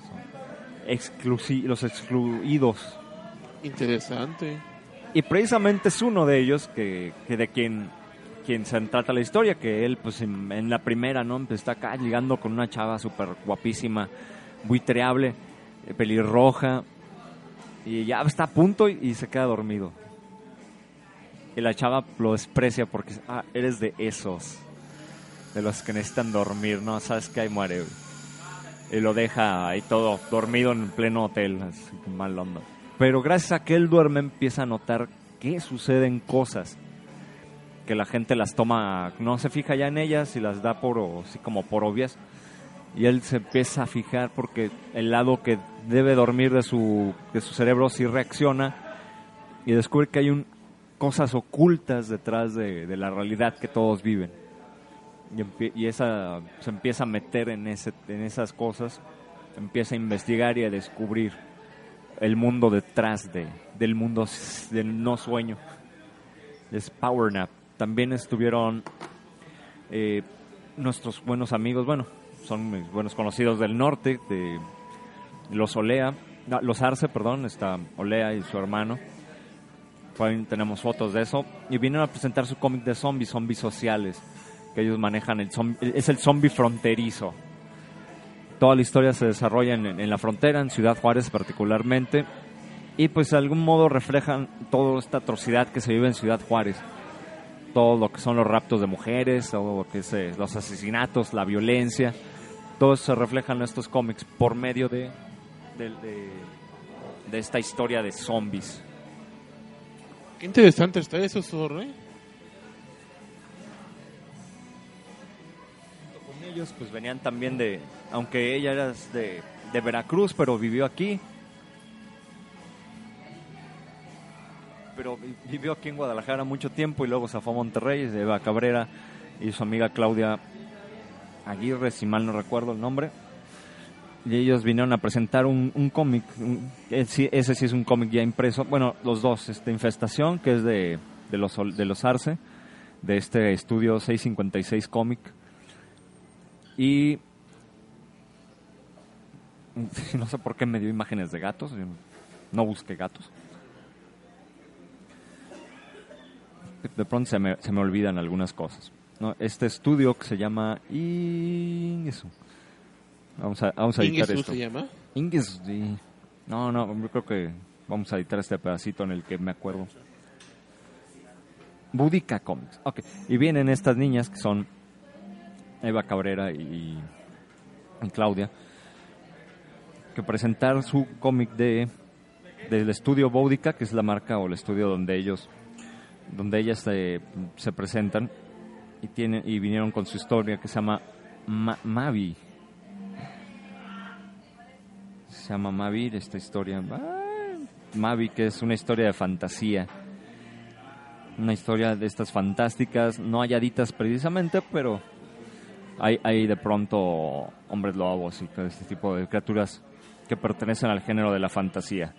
los excluidos. Interesante. Y precisamente es uno de ellos que de quien se trata la historia, que él pues en la primera, ¿no? Está acá llegando con una chava súper guapísima, buitreable, pelirroja, y ya está a punto y se queda dormido. Y la chava lo desprecia porque eres de esos, de los que necesitan dormir, ¿no? Sabes que ahí muere, güey. Y lo deja ahí todo dormido en pleno hotel, así, mal onda. Pero gracias a que él duerme empieza a notar que suceden cosas, que la gente las toma, no se fija ya en ellas y las da así como por obvias. Y él se empieza a fijar porque el lado que debe dormir de su cerebro sí reacciona y descubre que hay cosas ocultas detrás de la realidad que todos viven. Y esa se empieza a meter en esas cosas, empieza a investigar y a descubrir el mundo detrás del mundo del no sueño. Es Power Nap. También estuvieron nuestros buenos amigos, son mis buenos conocidos del norte, de los Arce, está Olea y su hermano. Tenemos fotos de eso. Y vinieron a presentar su cómic de zombies sociales, que ellos manejan. Es el zombie fronterizo. Toda la historia se desarrolla en la frontera, en Ciudad Juárez particularmente. Y pues de algún modo reflejan toda esta atrocidad que se vive en Ciudad Juárez. Todo lo que son los raptos de mujeres, todo lo que es los asesinatos, la violencia. Todo eso se refleja en estos cómics por medio de esta historia de zombies. Qué interesante está eso, Zorro, Con ellos pues venían también aunque ella era de Veracruz, pero vivió aquí. Pero vivió aquí en Guadalajara mucho tiempo y luego se fue a Monterrey, Eva Cabrera y su amiga Claudia Aguirre, si mal no recuerdo el nombre. Y ellos vinieron a presentar un cómic, ese sí es un cómic ya impreso. Bueno, los dos, Infestación, que es de los Arce, de este estudio 656 Comic. Y no sé por qué me dio imágenes de gatos, yo no busqué gatos. De pronto se me olvidan algunas cosas, ¿no? Este estudio que se llama Ingesu. Vamos a editar esto. ¿Se llama? Ingesu. No, yo creo que vamos a editar este pedacito en el que me acuerdo. Boudica Comics. Okay. Y vienen estas niñas que son Eva Cabrera y Claudia, que presentar su cómic del estudio Boudica, que es la marca o el estudio donde ellas se presentan y vinieron con su historia que se llama Mavi. Se llama Mavi, esta historia. Mavi, que es una historia de fantasía. Una historia de estas fantásticas, no halladitas precisamente, pero hay de pronto hombres lobos y todo este tipo de criaturas que pertenecen al género de la fantasía.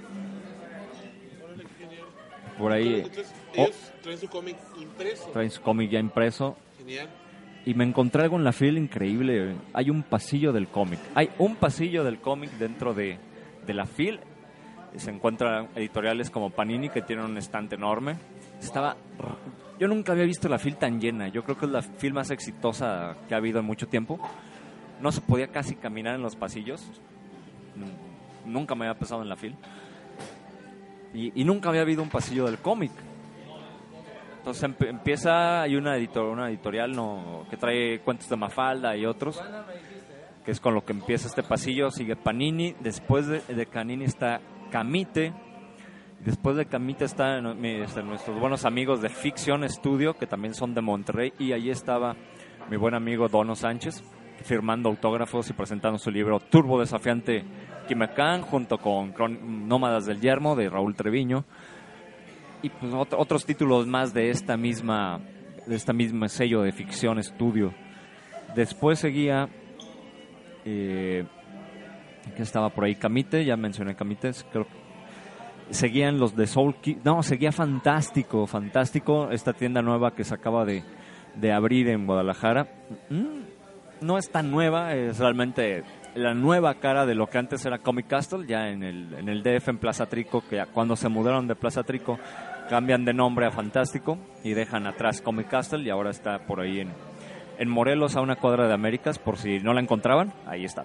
Por ahí ellos traen su cómic impreso. Traen su cómic ya impreso. Genial. Y me encontré algo en la fila increíble. Hay un pasillo del cómic. Hay un pasillo del cómic dentro de la fila. Se encuentran editoriales como Panini, que tienen un estante enorme. Yo nunca había visto la fila tan llena. Yo creo que es la fila más exitosa que ha habido en mucho tiempo. No se podía casi caminar en los pasillos. Nunca me había pasado en la fila. Y nunca había habido un pasillo del cómic. Entonces hay una editorial que trae cuentos de Mafalda y otros, que es con lo que empieza este pasillo. Sigue Panini, después de Panini está Camite, después de Camite están nuestros buenos amigos de Fiction Studio, que también son de Monterrey, y allí estaba mi buen amigo Dono Sánchez firmando autógrafos y presentando su libro Turbo Desafiante Quimecán, junto con Nómadas del Yermo de Raúl Treviño. Y pues otros títulos más de esta misma sello de Ficción Estudio. Después seguía que estaba por ahí Camite, ya mencioné Camite, creo que seguían los de Soul Keeper, no, seguía Fantástico, esta tienda nueva que se acaba de abrir en Guadalajara. No es tan nueva, es realmente la nueva cara de lo que antes era Comic Castle, ya en el DF, en Plaza Trico, que cuando se mudaron de Plaza Trico cambian de nombre a Fantástico y dejan atrás Comic Castle, y ahora está por ahí en Morelos, a una cuadra de Américas, por si no la encontraban, ahí está.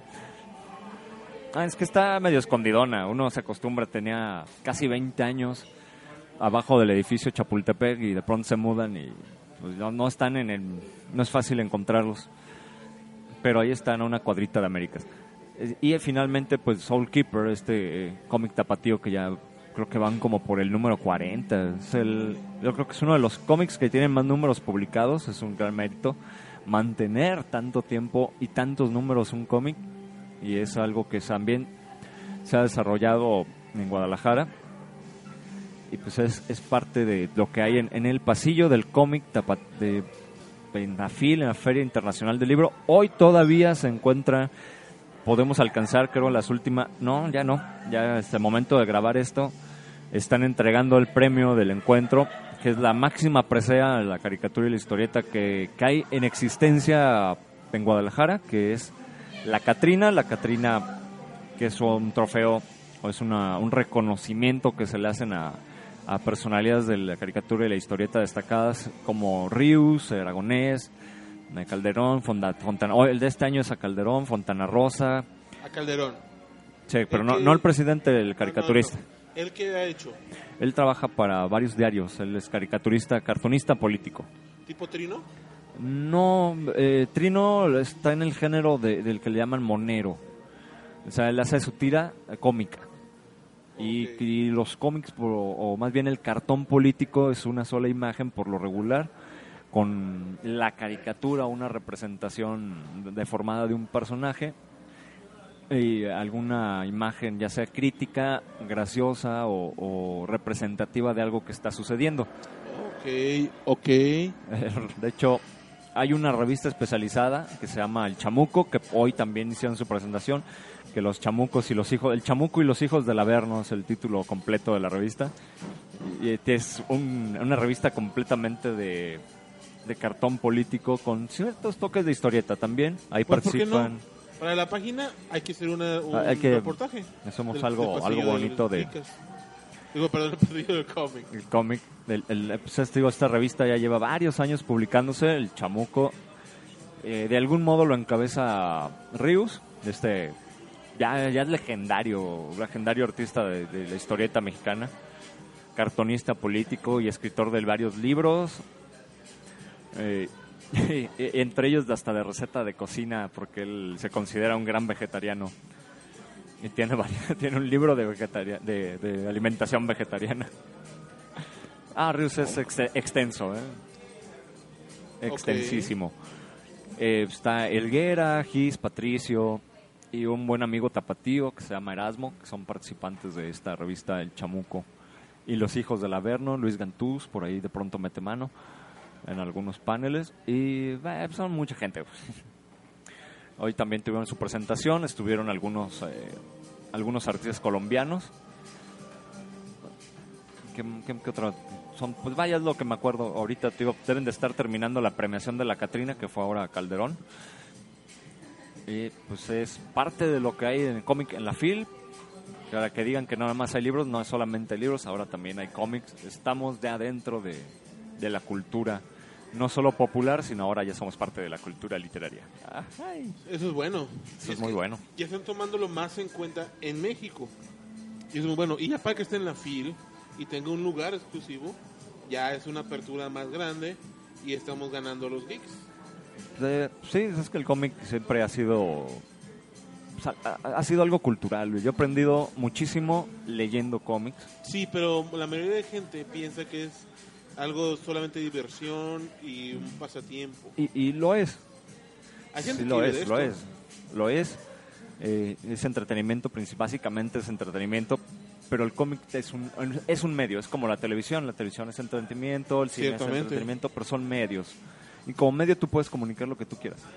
Es que está medio escondidona, uno se acostumbra, tenía casi 20 años abajo del edificio Chapultepec y de pronto se mudan y pues no están no es fácil encontrarlos, pero ahí están a una cuadrita de Américas. Y finalmente pues Soul Keeper, cómic tapatío que ya creo que van como por el número 40, yo creo que es uno de los cómics que tienen más números publicados, es un gran mérito mantener tanto tiempo y tantos números un cómic, y es algo que también se ha desarrollado en Guadalajara, y pues es parte de lo que hay en el pasillo del cómic en la FIL, en la Feria Internacional del Libro. Hoy todavía se encuentra, podemos alcanzar, creo, las últimas, ya hasta el momento de grabar esto, están entregando el premio del encuentro, que es la máxima presea de la caricatura y la historieta que hay en existencia en Guadalajara, que es la Catrina, que es un trofeo, o es un reconocimiento que se le hacen a personalidades de la caricatura y la historieta destacadas, como Rius, Aragonés, Calderón, Fontana. El de este año es a Calderón, Fontana Rosa. A Calderón. Sí, pero no el presidente, el caricaturista. No. ¿Él qué ha hecho? Él trabaja para varios diarios, él es cartonista político. ¿Tipo Trino? No, Trino está en el género del que le llaman monero. O sea, él hace su tira cómica. Y los cómics, o más bien el cartón político, es una sola imagen por lo regular, con la caricatura, una representación deformada de un personaje, y alguna imagen ya sea crítica, graciosa o representativa de algo que está sucediendo. Ok. De hecho, hay una revista especializada que se llama El Chamuco, que hoy también hicieron su presentación, que los chamucos y los hijos, el chamuco y los hijos del Averno es el título completo de la revista, y es una revista completamente de cartón político con ciertos toques de historieta también. Ahí pues, ¿por qué participan. no? Para la página hay que hacer un reportaje. Hacemos algo bonito de... Perdón, el pasillo del cómic. El cómic, pues, esta revista ya lleva varios años publicándose, el Chamuco. De algún modo lo encabeza Rius, ya es legendario artista de la historieta mexicana, cartonista político y escritor de varios libros, entre ellos hasta de receta de cocina, porque él se considera un gran vegetariano y tiene un libro de alimentación vegetariana. Rius es extenso, extensísimo. Está Helguera, Gis, Patricio y un buen amigo tapatío que se llama Erasmo, que son participantes de esta revista El Chamuco, y los hijos del Averno, Luis Gantús, por ahí de pronto mete mano en algunos paneles, y son mucha gente. Hoy también tuvieron su presentación, estuvieron algunos artistas colombianos. ¿Qué otro? Pues vaya, es lo que me acuerdo ahorita. Deben de estar terminando la premiación de la Catrina, que fue ahora a Calderón. Y pues es parte de lo que hay en el cómic en la FIL. Para que digan que nada más hay libros, no es solamente libros, ahora también hay cómics. Estamos ya dentro de la cultura, no solo popular, sino ahora ya somos parte de la cultura literaria. Eso es bueno. Eso es muy bueno. Ya están tomándolo más en cuenta en México. Y es muy bueno. Y ya para que esté en la FIL y tenga un lugar exclusivo, ya es una apertura más grande y estamos ganando a los geeks. Sí, es que el cómic siempre ha sido algo cultural. Yo he aprendido muchísimo leyendo cómics. Sí, pero la mayoría de gente piensa que es algo solamente diversión y un pasatiempo. Y lo es. Hay gente Sí, que lo es. Es entretenimiento, básicamente es entretenimiento, pero el cómic es un medio, es como la televisión es entretenimiento, el cine es entretenimiento, pero son medios. Y como medio tú puedes comunicar lo que tú quieras.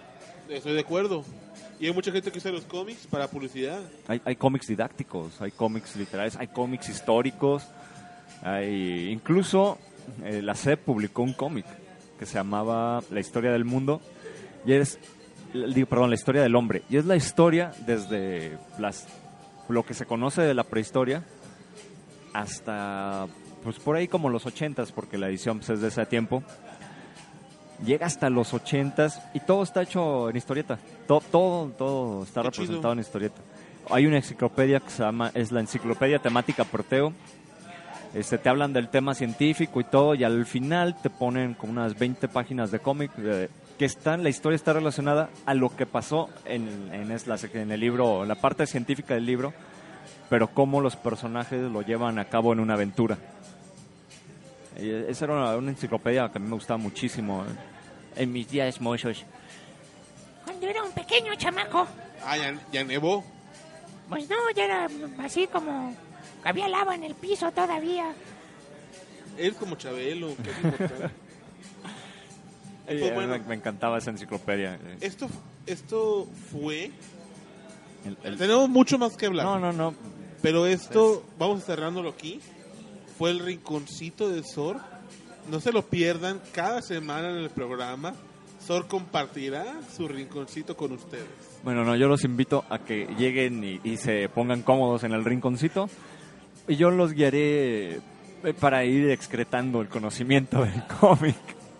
Estoy de acuerdo. Y hay mucha gente que usa los cómics para publicidad. Hay cómics didácticos, hay cómics literarios, hay cómics históricos. Incluso la SEP publicó un cómic que se llamaba La historia del mundo. Y la historia del hombre. Y es la historia desde lo que se conoce de la prehistoria hasta, pues por ahí como los 80s, porque la edición pues, es de ese tiempo. Llega hasta los 80s y todo está hecho en historieta. Todo está Qué representado chido. en historieta. Hay una enciclopedia que se llama, es la enciclopedia temática Proteo. Te hablan del tema científico y todo, y al final te ponen como unas 20 páginas de cómic que la historia está relacionada a lo que pasó en el libro, la parte científica del libro, pero cómo los personajes lo llevan a cabo en una aventura. Y esa era una enciclopedia que a mí me gustaba muchísimo en mis días mozos. Cuando era un pequeño chamaco, Ah, ya nevó. pues no, ya era así como... Había lava en el piso todavía. Eres como Chabelo. ¿Qué es importante? Pues bueno. Me encantaba esa enciclopedia. Esto fue... El- Tenemos mucho más que hablar. No. Pero esto, vamos cerrándolo aquí. Fue el rinconcito de Sor. No se lo pierdan cada semana en el programa. Sor compartirá su rinconcito con ustedes. Bueno, no, yo los invito a que lleguen y se pongan cómodos en el rinconcito. Y yo los guiaré para ir excretando el conocimiento del cómic.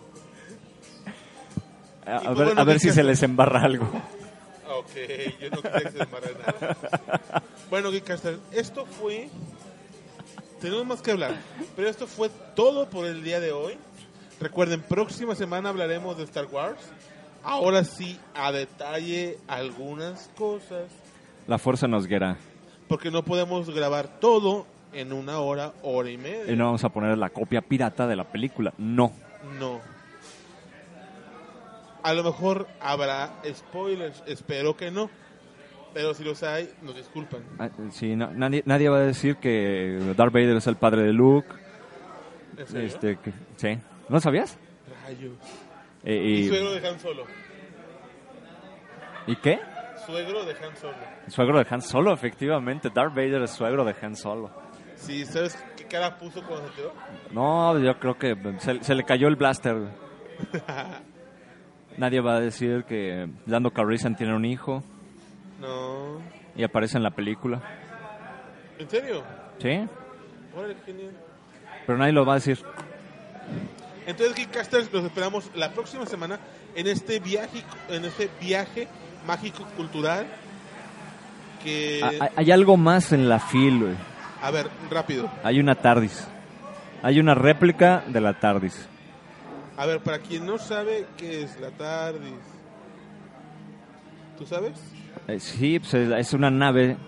A ver si se les embarra algo. Ok, yo no creo que se embarre nada. Bueno, Geekcaster, esto fue... Tenemos más que hablar, pero esto fue todo por el día de hoy. Recuerden, próxima semana hablaremos de Star Wars. Ahora sí, a detalle algunas cosas, La fuerza nos guiará. porque no podemos grabar todo en una hora y media. Y no vamos a poner la copia pirata de la película. No. No. A lo mejor habrá spoilers, espero que no. Pero si los hay, nos disculpan. Sí, nadie va a decir que Darth Vader es el padre de Luke. ¿En serio? Sí. ¿No sabías? Rayos. Y Suegro de Han Solo. ¿Y qué? Suegro de Han Solo. Suegro de Han Solo, efectivamente. Darth Vader es suegro de Han Solo. Sí, ¿sabes qué cara puso cuando se enteró? No, yo creo que se le cayó el blaster. Nadie va a decir que Lando Calrissian tiene un hijo No. y aparece en la película. ¿En serio? ¿Sí? Órale, qué genial. Pero nadie lo va a decir. Entonces, Geekcasters, los esperamos la próxima semana en este viaje mágico cultural que... Hay algo más en la fil, güey. A ver, rápido. Hay una TARDIS. Hay una réplica de la TARDIS. A ver, para quien no sabe qué es la TARDIS, ¿tú sabes? Sí, pues es una nave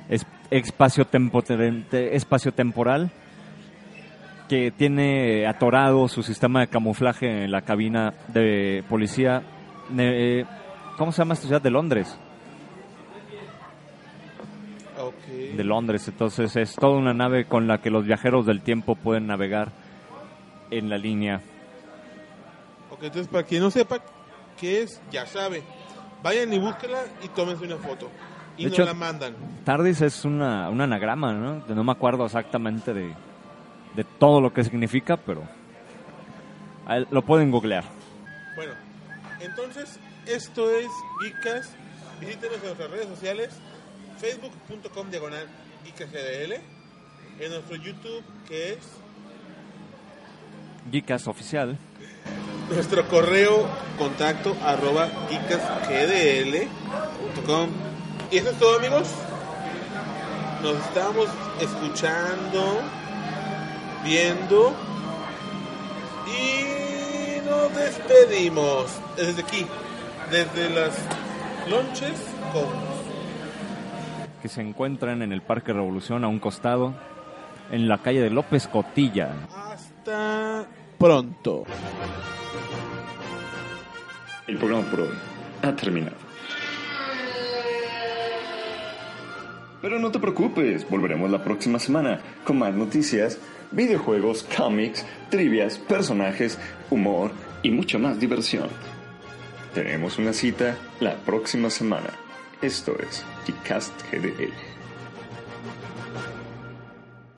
espacio-temporal que tiene atorado su sistema de camuflaje en la cabina de policía. ¿Cómo se llama esta ciudad? De Londres. Ok. De Londres. Entonces es toda una nave con la que los viajeros del tiempo pueden navegar en la línea. Ok, entonces para quien no sepa qué es, ya sabe. Vayan y búsquenla y tómense una foto. Y De nos hecho, la mandan. TARDIS es un anagrama, ¿no? No me acuerdo exactamente de todo lo que significa, pero lo pueden googlear. Bueno, entonces esto es Geekcast. Visítenos en nuestras redes sociales, facebook.com/geekcastgdl, en nuestro YouTube, que es Geekcast oficial. nuestro correo contacto @geekcastgdl.com. Y eso es todo, amigos. Nos estamos escuchando, viendo y nos despedimos desde aquí, desde las lonches con... Que se encuentran en el Parque Revolución a un costado, en la calle de López Cotilla. Hasta pronto. El programa por hoy ha terminado. Pero no te preocupes, volveremos la próxima semana con más noticias, videojuegos, cómics, trivias, personajes, humor y mucha más diversión. Tenemos una cita la próxima semana. Esto es Geekcast GDL.